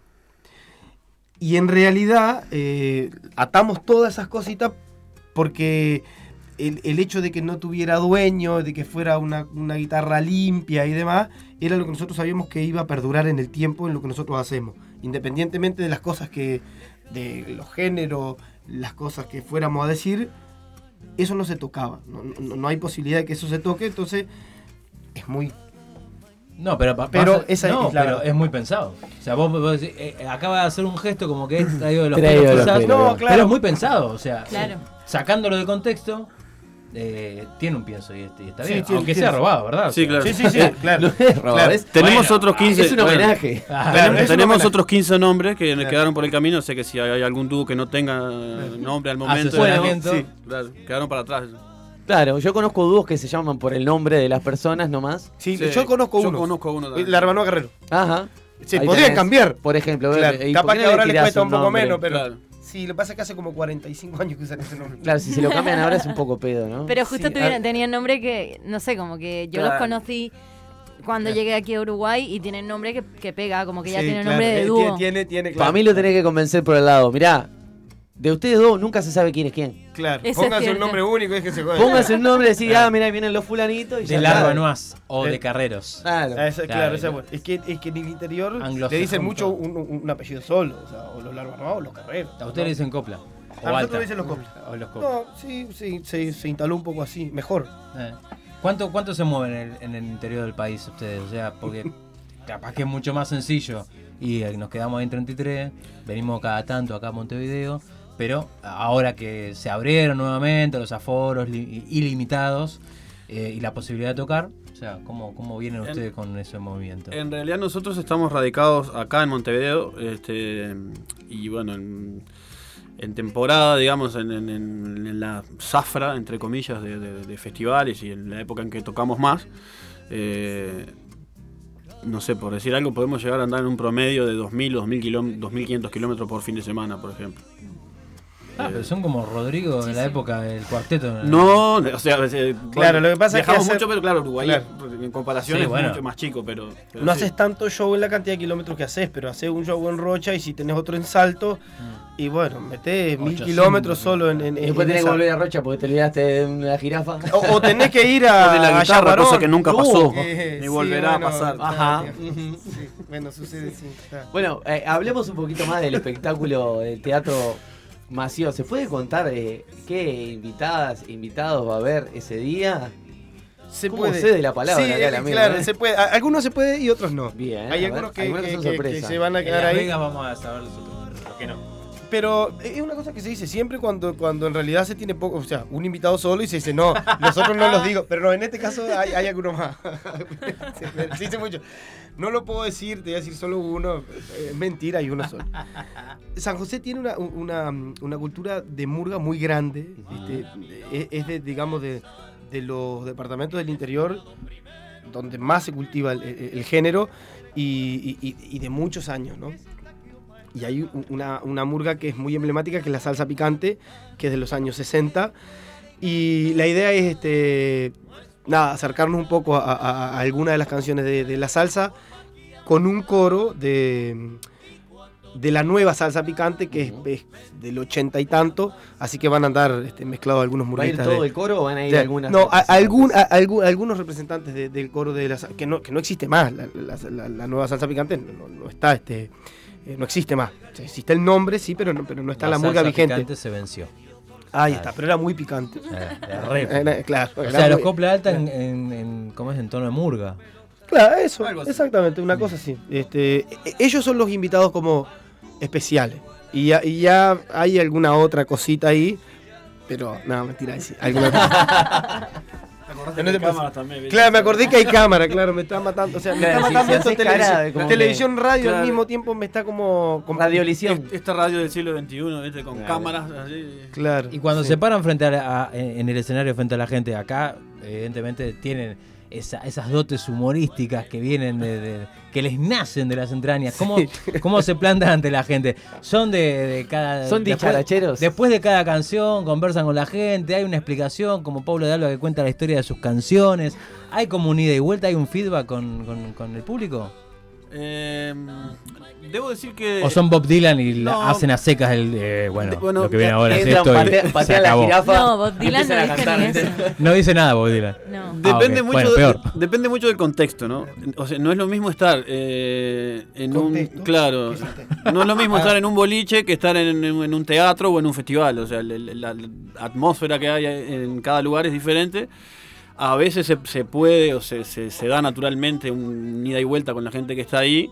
Y en realidad atamos todas esas cositas porque el hecho de que no tuviera dueño, de que fuera una guitarra limpia y demás, era lo que nosotros sabíamos que iba a perdurar en el tiempo en lo que nosotros hacemos. Independientemente de las cosas de los géneros, las cosas que fuéramos a decir, eso no se tocaba. No hay posibilidad de que eso se toque, entonces es muy... No, pero pero es muy pensado. O sea, vos decís, acaba de hacer un gesto como que es traído de los Traído pelos, de los quizás, pelos. pero es muy pensado. O sea, Claro. sacándolo de contexto, tiene un pienso y está Sí, bien. tiene- Aunque tiene- sea robado, ¿verdad? Sí, claro. Sí, claro. No es robar, Claro. es- Tenemos bueno, otros 15. Es un homenaje. Claro, es un tenemos homenaje. otros 15 nombres que Claro. quedaron por el camino. Sé que si hay algún dúo que no tenga nombre al momento. Asesoramiento. Sí, claro, quedaron para atrás. Claro, yo conozco dúos que se llaman por el nombre de las personas nomás. Sí, Sí, yo conozco yo uno. conozco uno también. La hermano Guerrero. Ajá. Sí, Ahí podrían tenés, cambiar. Por ejemplo, Claro, ¿y por capaz qué que no le ahora les tirás cuesta un poco nombre? menos, pero... Claro. Sí, lo que pasa es que hace como 45 años que usan ese nombre. Claro, si se lo cambian ahora es un poco pedo, ¿no? Pero justo Sí, tenían nombre que, no sé, como que yo los Claro. conocí cuando llegué aquí a Uruguay y tienen nombre que pega, como que ya Sí, tienen claro. nombre de dúo. Tiene, Para claro. mí lo tenés que convencer por el lado. Mirá, de ustedes dos nunca se sabe quién es quién. Claro, Eso es pónganse un cierto. nombre único y es que se juegue. Pónganse un nombre y decir, mirá, vienen los fulanitos y De ya Largo está. Anuaz o de Carreros. Claro. Claro, esa Claro, es bueno. Es que en el interior Anglosajón le dicen mucho todo. un apellido solo, o sea, o los Largo Anuaz o los Carreros. A ustedes le dicen copla. O A nosotros alta. dicen los coplas. O los coplas. No, sí, se instaló un poco así, mejor. ¿Cuánto se mueven en el interior del país ustedes? O sea, porque capaz que es mucho más sencillo y nos quedamos ahí en 33, venimos cada tanto acá a Montevideo, pero ahora que se abrieron nuevamente los aforos ilimitados y la posibilidad de tocar, o sea, ¿cómo vienen ustedes con ese movimiento? En realidad nosotros estamos radicados acá en Montevideo, y bueno, en temporada, digamos, en la zafra, entre comillas, de festivales y en la época en que tocamos más, no sé, por decir algo, podemos llegar a andar en un promedio de 2.000 o 2.500 kilómetros por fin de semana, por ejemplo. Pero son como Rodrigo de la época del cuarteto. No, o sea, Claro, lo que pasa es que viajamos hacer- mucho, pero claro, Uruguay Claro. en comparación Sí, es bueno. mucho más chico, pero No sí. haces tanto show en la cantidad de kilómetros que haces, pero haces un show en Rocha y si tenés otro en Salto, y bueno, metés 1000 kilómetros solo en Y después tenés que esa- volver a Rocha porque te olvidaste de una jirafa. O tenés que ir O de a la guitarra, Yaguarón. cosa que nunca pasó, ni Sí, volverá bueno, a pasar. Ajá. Sí, bueno, sucede, sí. Está. Bueno, hablemos un poquito más del espectáculo del teatro masivo. ¿Se puede contar qué invitados va a haber ese día? Se ¿Cómo puede. cede la palabra Sí, acá el amigo, claro, eh? se puede. Algunos se puede y otros no. Bien. Hay a ver, algunos que son que sorpresas. se van a En quedar Las ahí. Vegas vamos a saber nosotros, ¿por qué no? Pero es una cosa que se dice siempre cuando en realidad se tiene poco, o sea, un invitado solo y se dice, no, los otros no los digo, pero no, en este caso hay alguno más. Se dice mucho. No lo puedo decir, te voy a decir solo uno, es mentira, hay uno solo. San José tiene una cultura de murga muy grande, es de, digamos, de los departamentos del interior donde más se cultiva el género y de muchos años, ¿no? Y hay una murga que es muy emblemática, que es la salsa picante, que es de los años 60. Y la idea es acercarnos un poco a alguna de las canciones de la salsa con un coro de la nueva salsa picante, que es del 80 y tanto, así que van a andar mezclados algunos murguistas. ¿Va a ir todo el coro o van a ir algunas? No, algunos representantes del coro de la que no existe más. La nueva salsa picante no está, no existe más. O sea, existe el nombre, sí, pero no está la murga vigente. La picante se venció. Ahí está, pero era muy picante. Claro. O sea, los copla alta ¿cómo es? En tono de murga. Claro, eso, exactamente, una cosa así. Ellos son los invitados como especiales. Y ya hay alguna otra cosita ahí, pero no, mentira, sí, alguna otra. Claro, me acordé que hay cámara, claro, me está matando. O sea, me está matando esto televisión, radio al mismo tiempo, me está como radiolisión. Esta radio del siglo XXI, con cámaras así. Claro. Y cuando se paran en el escenario frente a la gente, acá, evidentemente, tienen esas dotes humorísticas que vienen que les nacen de las entrañas. ¿Cómo se plantan ante la gente? Son de cada... Son dicharacheros. Después de cada canción conversan con la gente, hay una explicación, como Pablo de Alba que cuenta la historia de sus canciones. ¿Hay como un ida y vuelta? ¿Hay un feedback con el público? Debo decir que... ¿O son Bob Dylan y hacen a secas lo que viene ahora es esto patean la jirafa? No, Bob Dylan no dice ni eso. No dice nada Bob Dylan. No. Depende mucho del contexto, ¿no? O sea, no es lo mismo estar en un... Claro, no es lo mismo estar en un boliche que estar en un teatro o en un festival. O sea, la atmósfera que hay en cada lugar es diferente. A veces se puede o se da naturalmente un ida y vuelta con la gente que está ahí.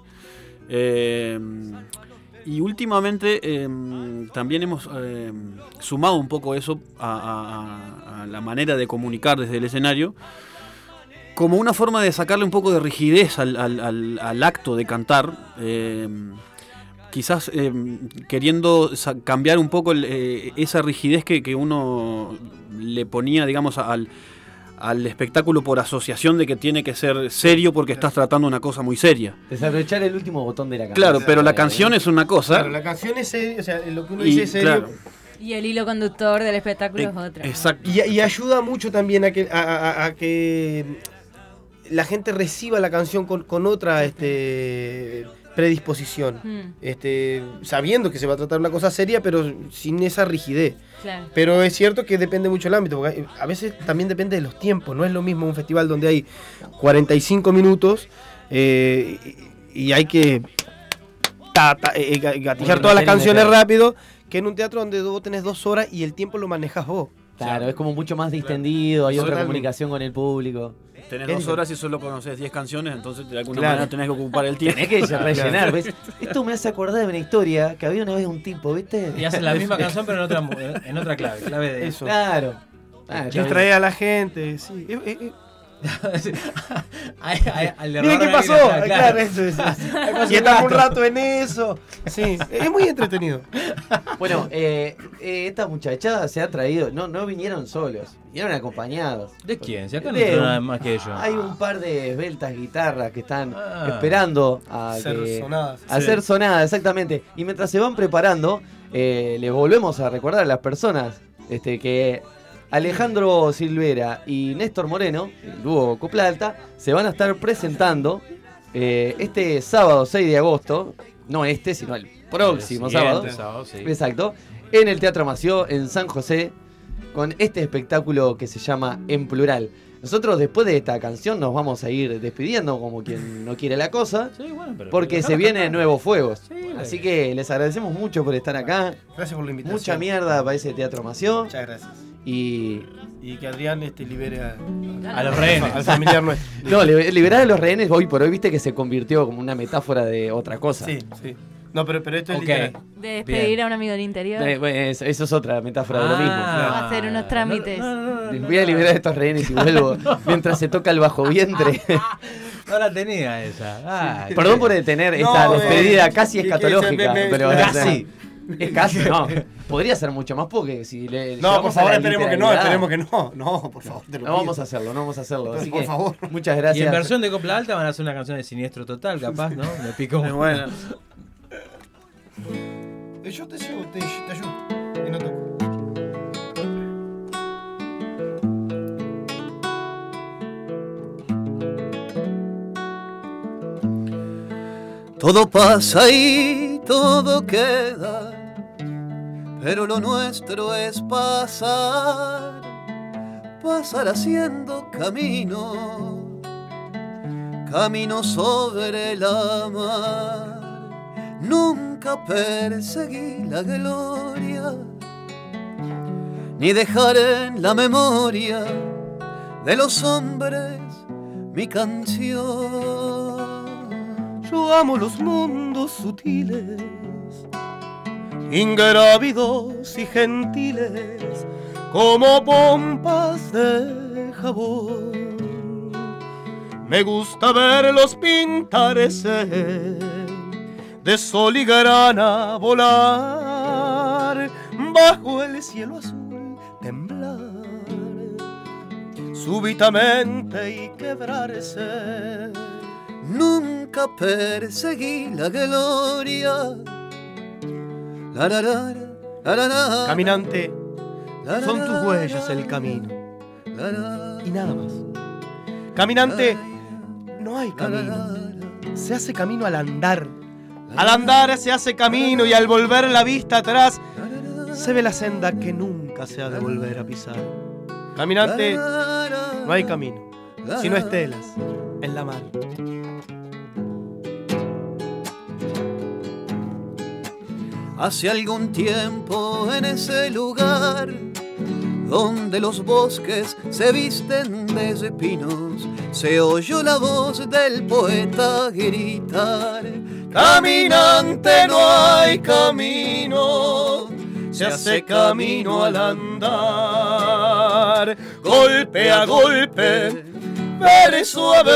Y últimamente también hemos sumado un poco eso a la manera de comunicar desde el escenario, como una forma de sacarle un poco de rigidez al acto de cantar. Quizás queriendo cambiar un poco esa rigidez que uno le ponía, digamos, al espectáculo por asociación de que tiene que ser serio porque estás tratando una cosa muy seria. Desaprovechar el último botón de la canción. Claro, pero la canción es una cosa. Claro, la canción es seria, o sea, lo que uno dice es serio. Claro. Y el hilo conductor del espectáculo es otro. Exacto. Y ayuda mucho también a que la gente reciba la canción con otra predisposición, sabiendo que se va a tratar una cosa seria, pero sin esa rigidez. Claro. Pero es cierto que depende mucho del ámbito, porque a veces también depende de los tiempos. No es lo mismo un festival donde hay 45 minutos y hay que gatillar todas las canciones rápido, que en un teatro donde vos tenés 2 horas y el tiempo lo manejas vos. Claro, es como mucho más distendido, hay otra comunicación con el público. Tenés 2 horas y solo conoces 10 canciones, entonces de alguna manera tenés que ocupar el tiempo. Tenés que rellenar, ¿ves? Esto me hace acordar de una historia que había una vez un tipo, ¿viste? Y hacen la misma canción pero en otra clave de eso. Claro. Distrae a la gente, sí. Miren qué pasó, claro, eso. Y estamos un rato en eso. Sí, es muy entretenido. Bueno, esta muchachada se ha traído, no vinieron solos, vinieron acompañados. ¿De quién? Si acá no hay nada más que ellos. Hay un par de esbeltas guitarras que están esperando a ser sonadas, exactamente. Y mientras se van preparando, les volvemos a recordar a las personas que Alejandro Silvera y Néstor Moreno, el dúo Copla Alta, se van a estar presentando este sábado 6 de agosto, no sino el próximo sábado, sí. Exacto, en el Teatro Mació, en San José, con este espectáculo que se llama En Plural. Nosotros después de esta canción nos vamos a ir despidiendo como quien no quiere la cosa, porque se vienen nuevos fuegos. Así que les agradecemos mucho por estar acá. Gracias por la invitación. Mucha mierda para ese Teatro Mació. Muchas gracias. Y que Adrián libere a los rehenes, al familiar nuestro. No, liberar a los rehenes hoy por hoy, viste que se convirtió como una metáfora de otra cosa. Sí. No, pero esto es Ok. literal. De despedir a un amigo del interior. Eso es otra metáfora de lo mismo. Va a hacer unos trámites. Voy a liberar a estos rehenes y vuelvo mientras se toca el bajo vientre. No la tenía esa. Ay, Perdón por detener esta despedida casi escatológica, pero casi. Es casi, no. Podría ser mucho más porque si le No, por llevamos a favor, la esperemos que no, literalidad, esperemos que no. No, por favor, te lo No pido. vamos a hacerlo. Así Por que, favor. muchas gracias. Y en versión de Copla Alta van a hacer una canción de Siniestro Total, capaz, ¿no? Me pico. Bueno. Yo te llevo, te ayudo. Y no toco. Todo pasa y todo queda, pero lo nuestro es pasar, pasar haciendo camino, camino sobre la mar. Nunca perseguí la gloria, ni dejar en la memoria de los hombres mi canción. Yo amo los mundos sutiles, ingrávidos y gentiles, como pompas de jabón. Me gusta verlos pintarse de sol y grana, volar bajo el cielo azul, temblar súbitamente y quebrarse. Nunca perseguí la gloria. Caminante, son tus huellas el camino y nada más. Caminante, no hay camino, se hace camino al andar. Al andar se hace camino y al volver la vista atrás se ve la senda que nunca se ha de volver a pisar. Caminante, no hay camino, sino estelas en la mar. Hace algún tiempo en ese lugar donde los bosques se visten de espinos, se oyó la voz del poeta gritar: caminante, no hay camino, se hace camino al andar. Golpe a golpe, verso a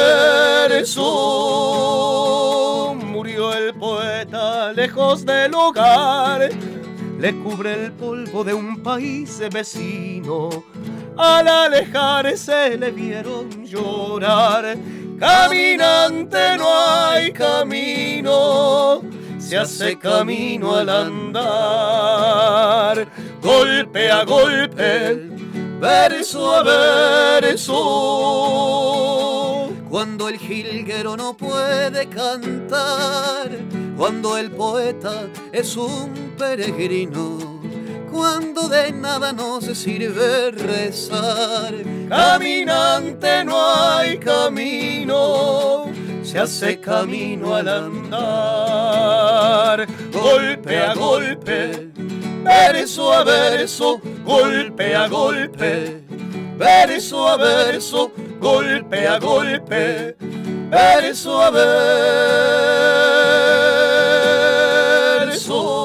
verso, murió el poeta lejos del hogar. Le cubre el polvo de un país vecino, al alejarse le vieron llorar. Caminante, no hay camino, se hace camino al andar. Golpe a golpe, verso a verso, cuando el jilguero no puede cantar, cuando el poeta es un peregrino, cuando de nada nos sirve rezar. Caminante, no hay camino, se hace camino al andar. Golpe a golpe, verso a verso, golpe a golpe, verso a verso, golpe a golpe, verso a verso.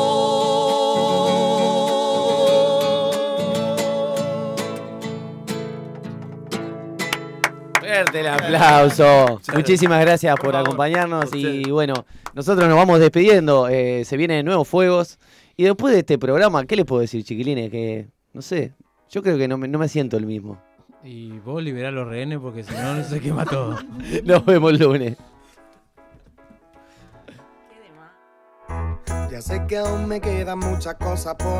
Fuerte el aplauso. Muchísimas gracias por acompañarnos y bueno, nosotros nos vamos despidiendo. Se vienen nuevos fuegos y después de este programa, ¿qué les puedo decir, chiquilines? Que no sé, yo creo que no me siento el mismo. Y vos liberá a los rehenes porque si no, no se quema todo. Nos vemos el lunes. Ya sé que aún me quedan muchas cosas por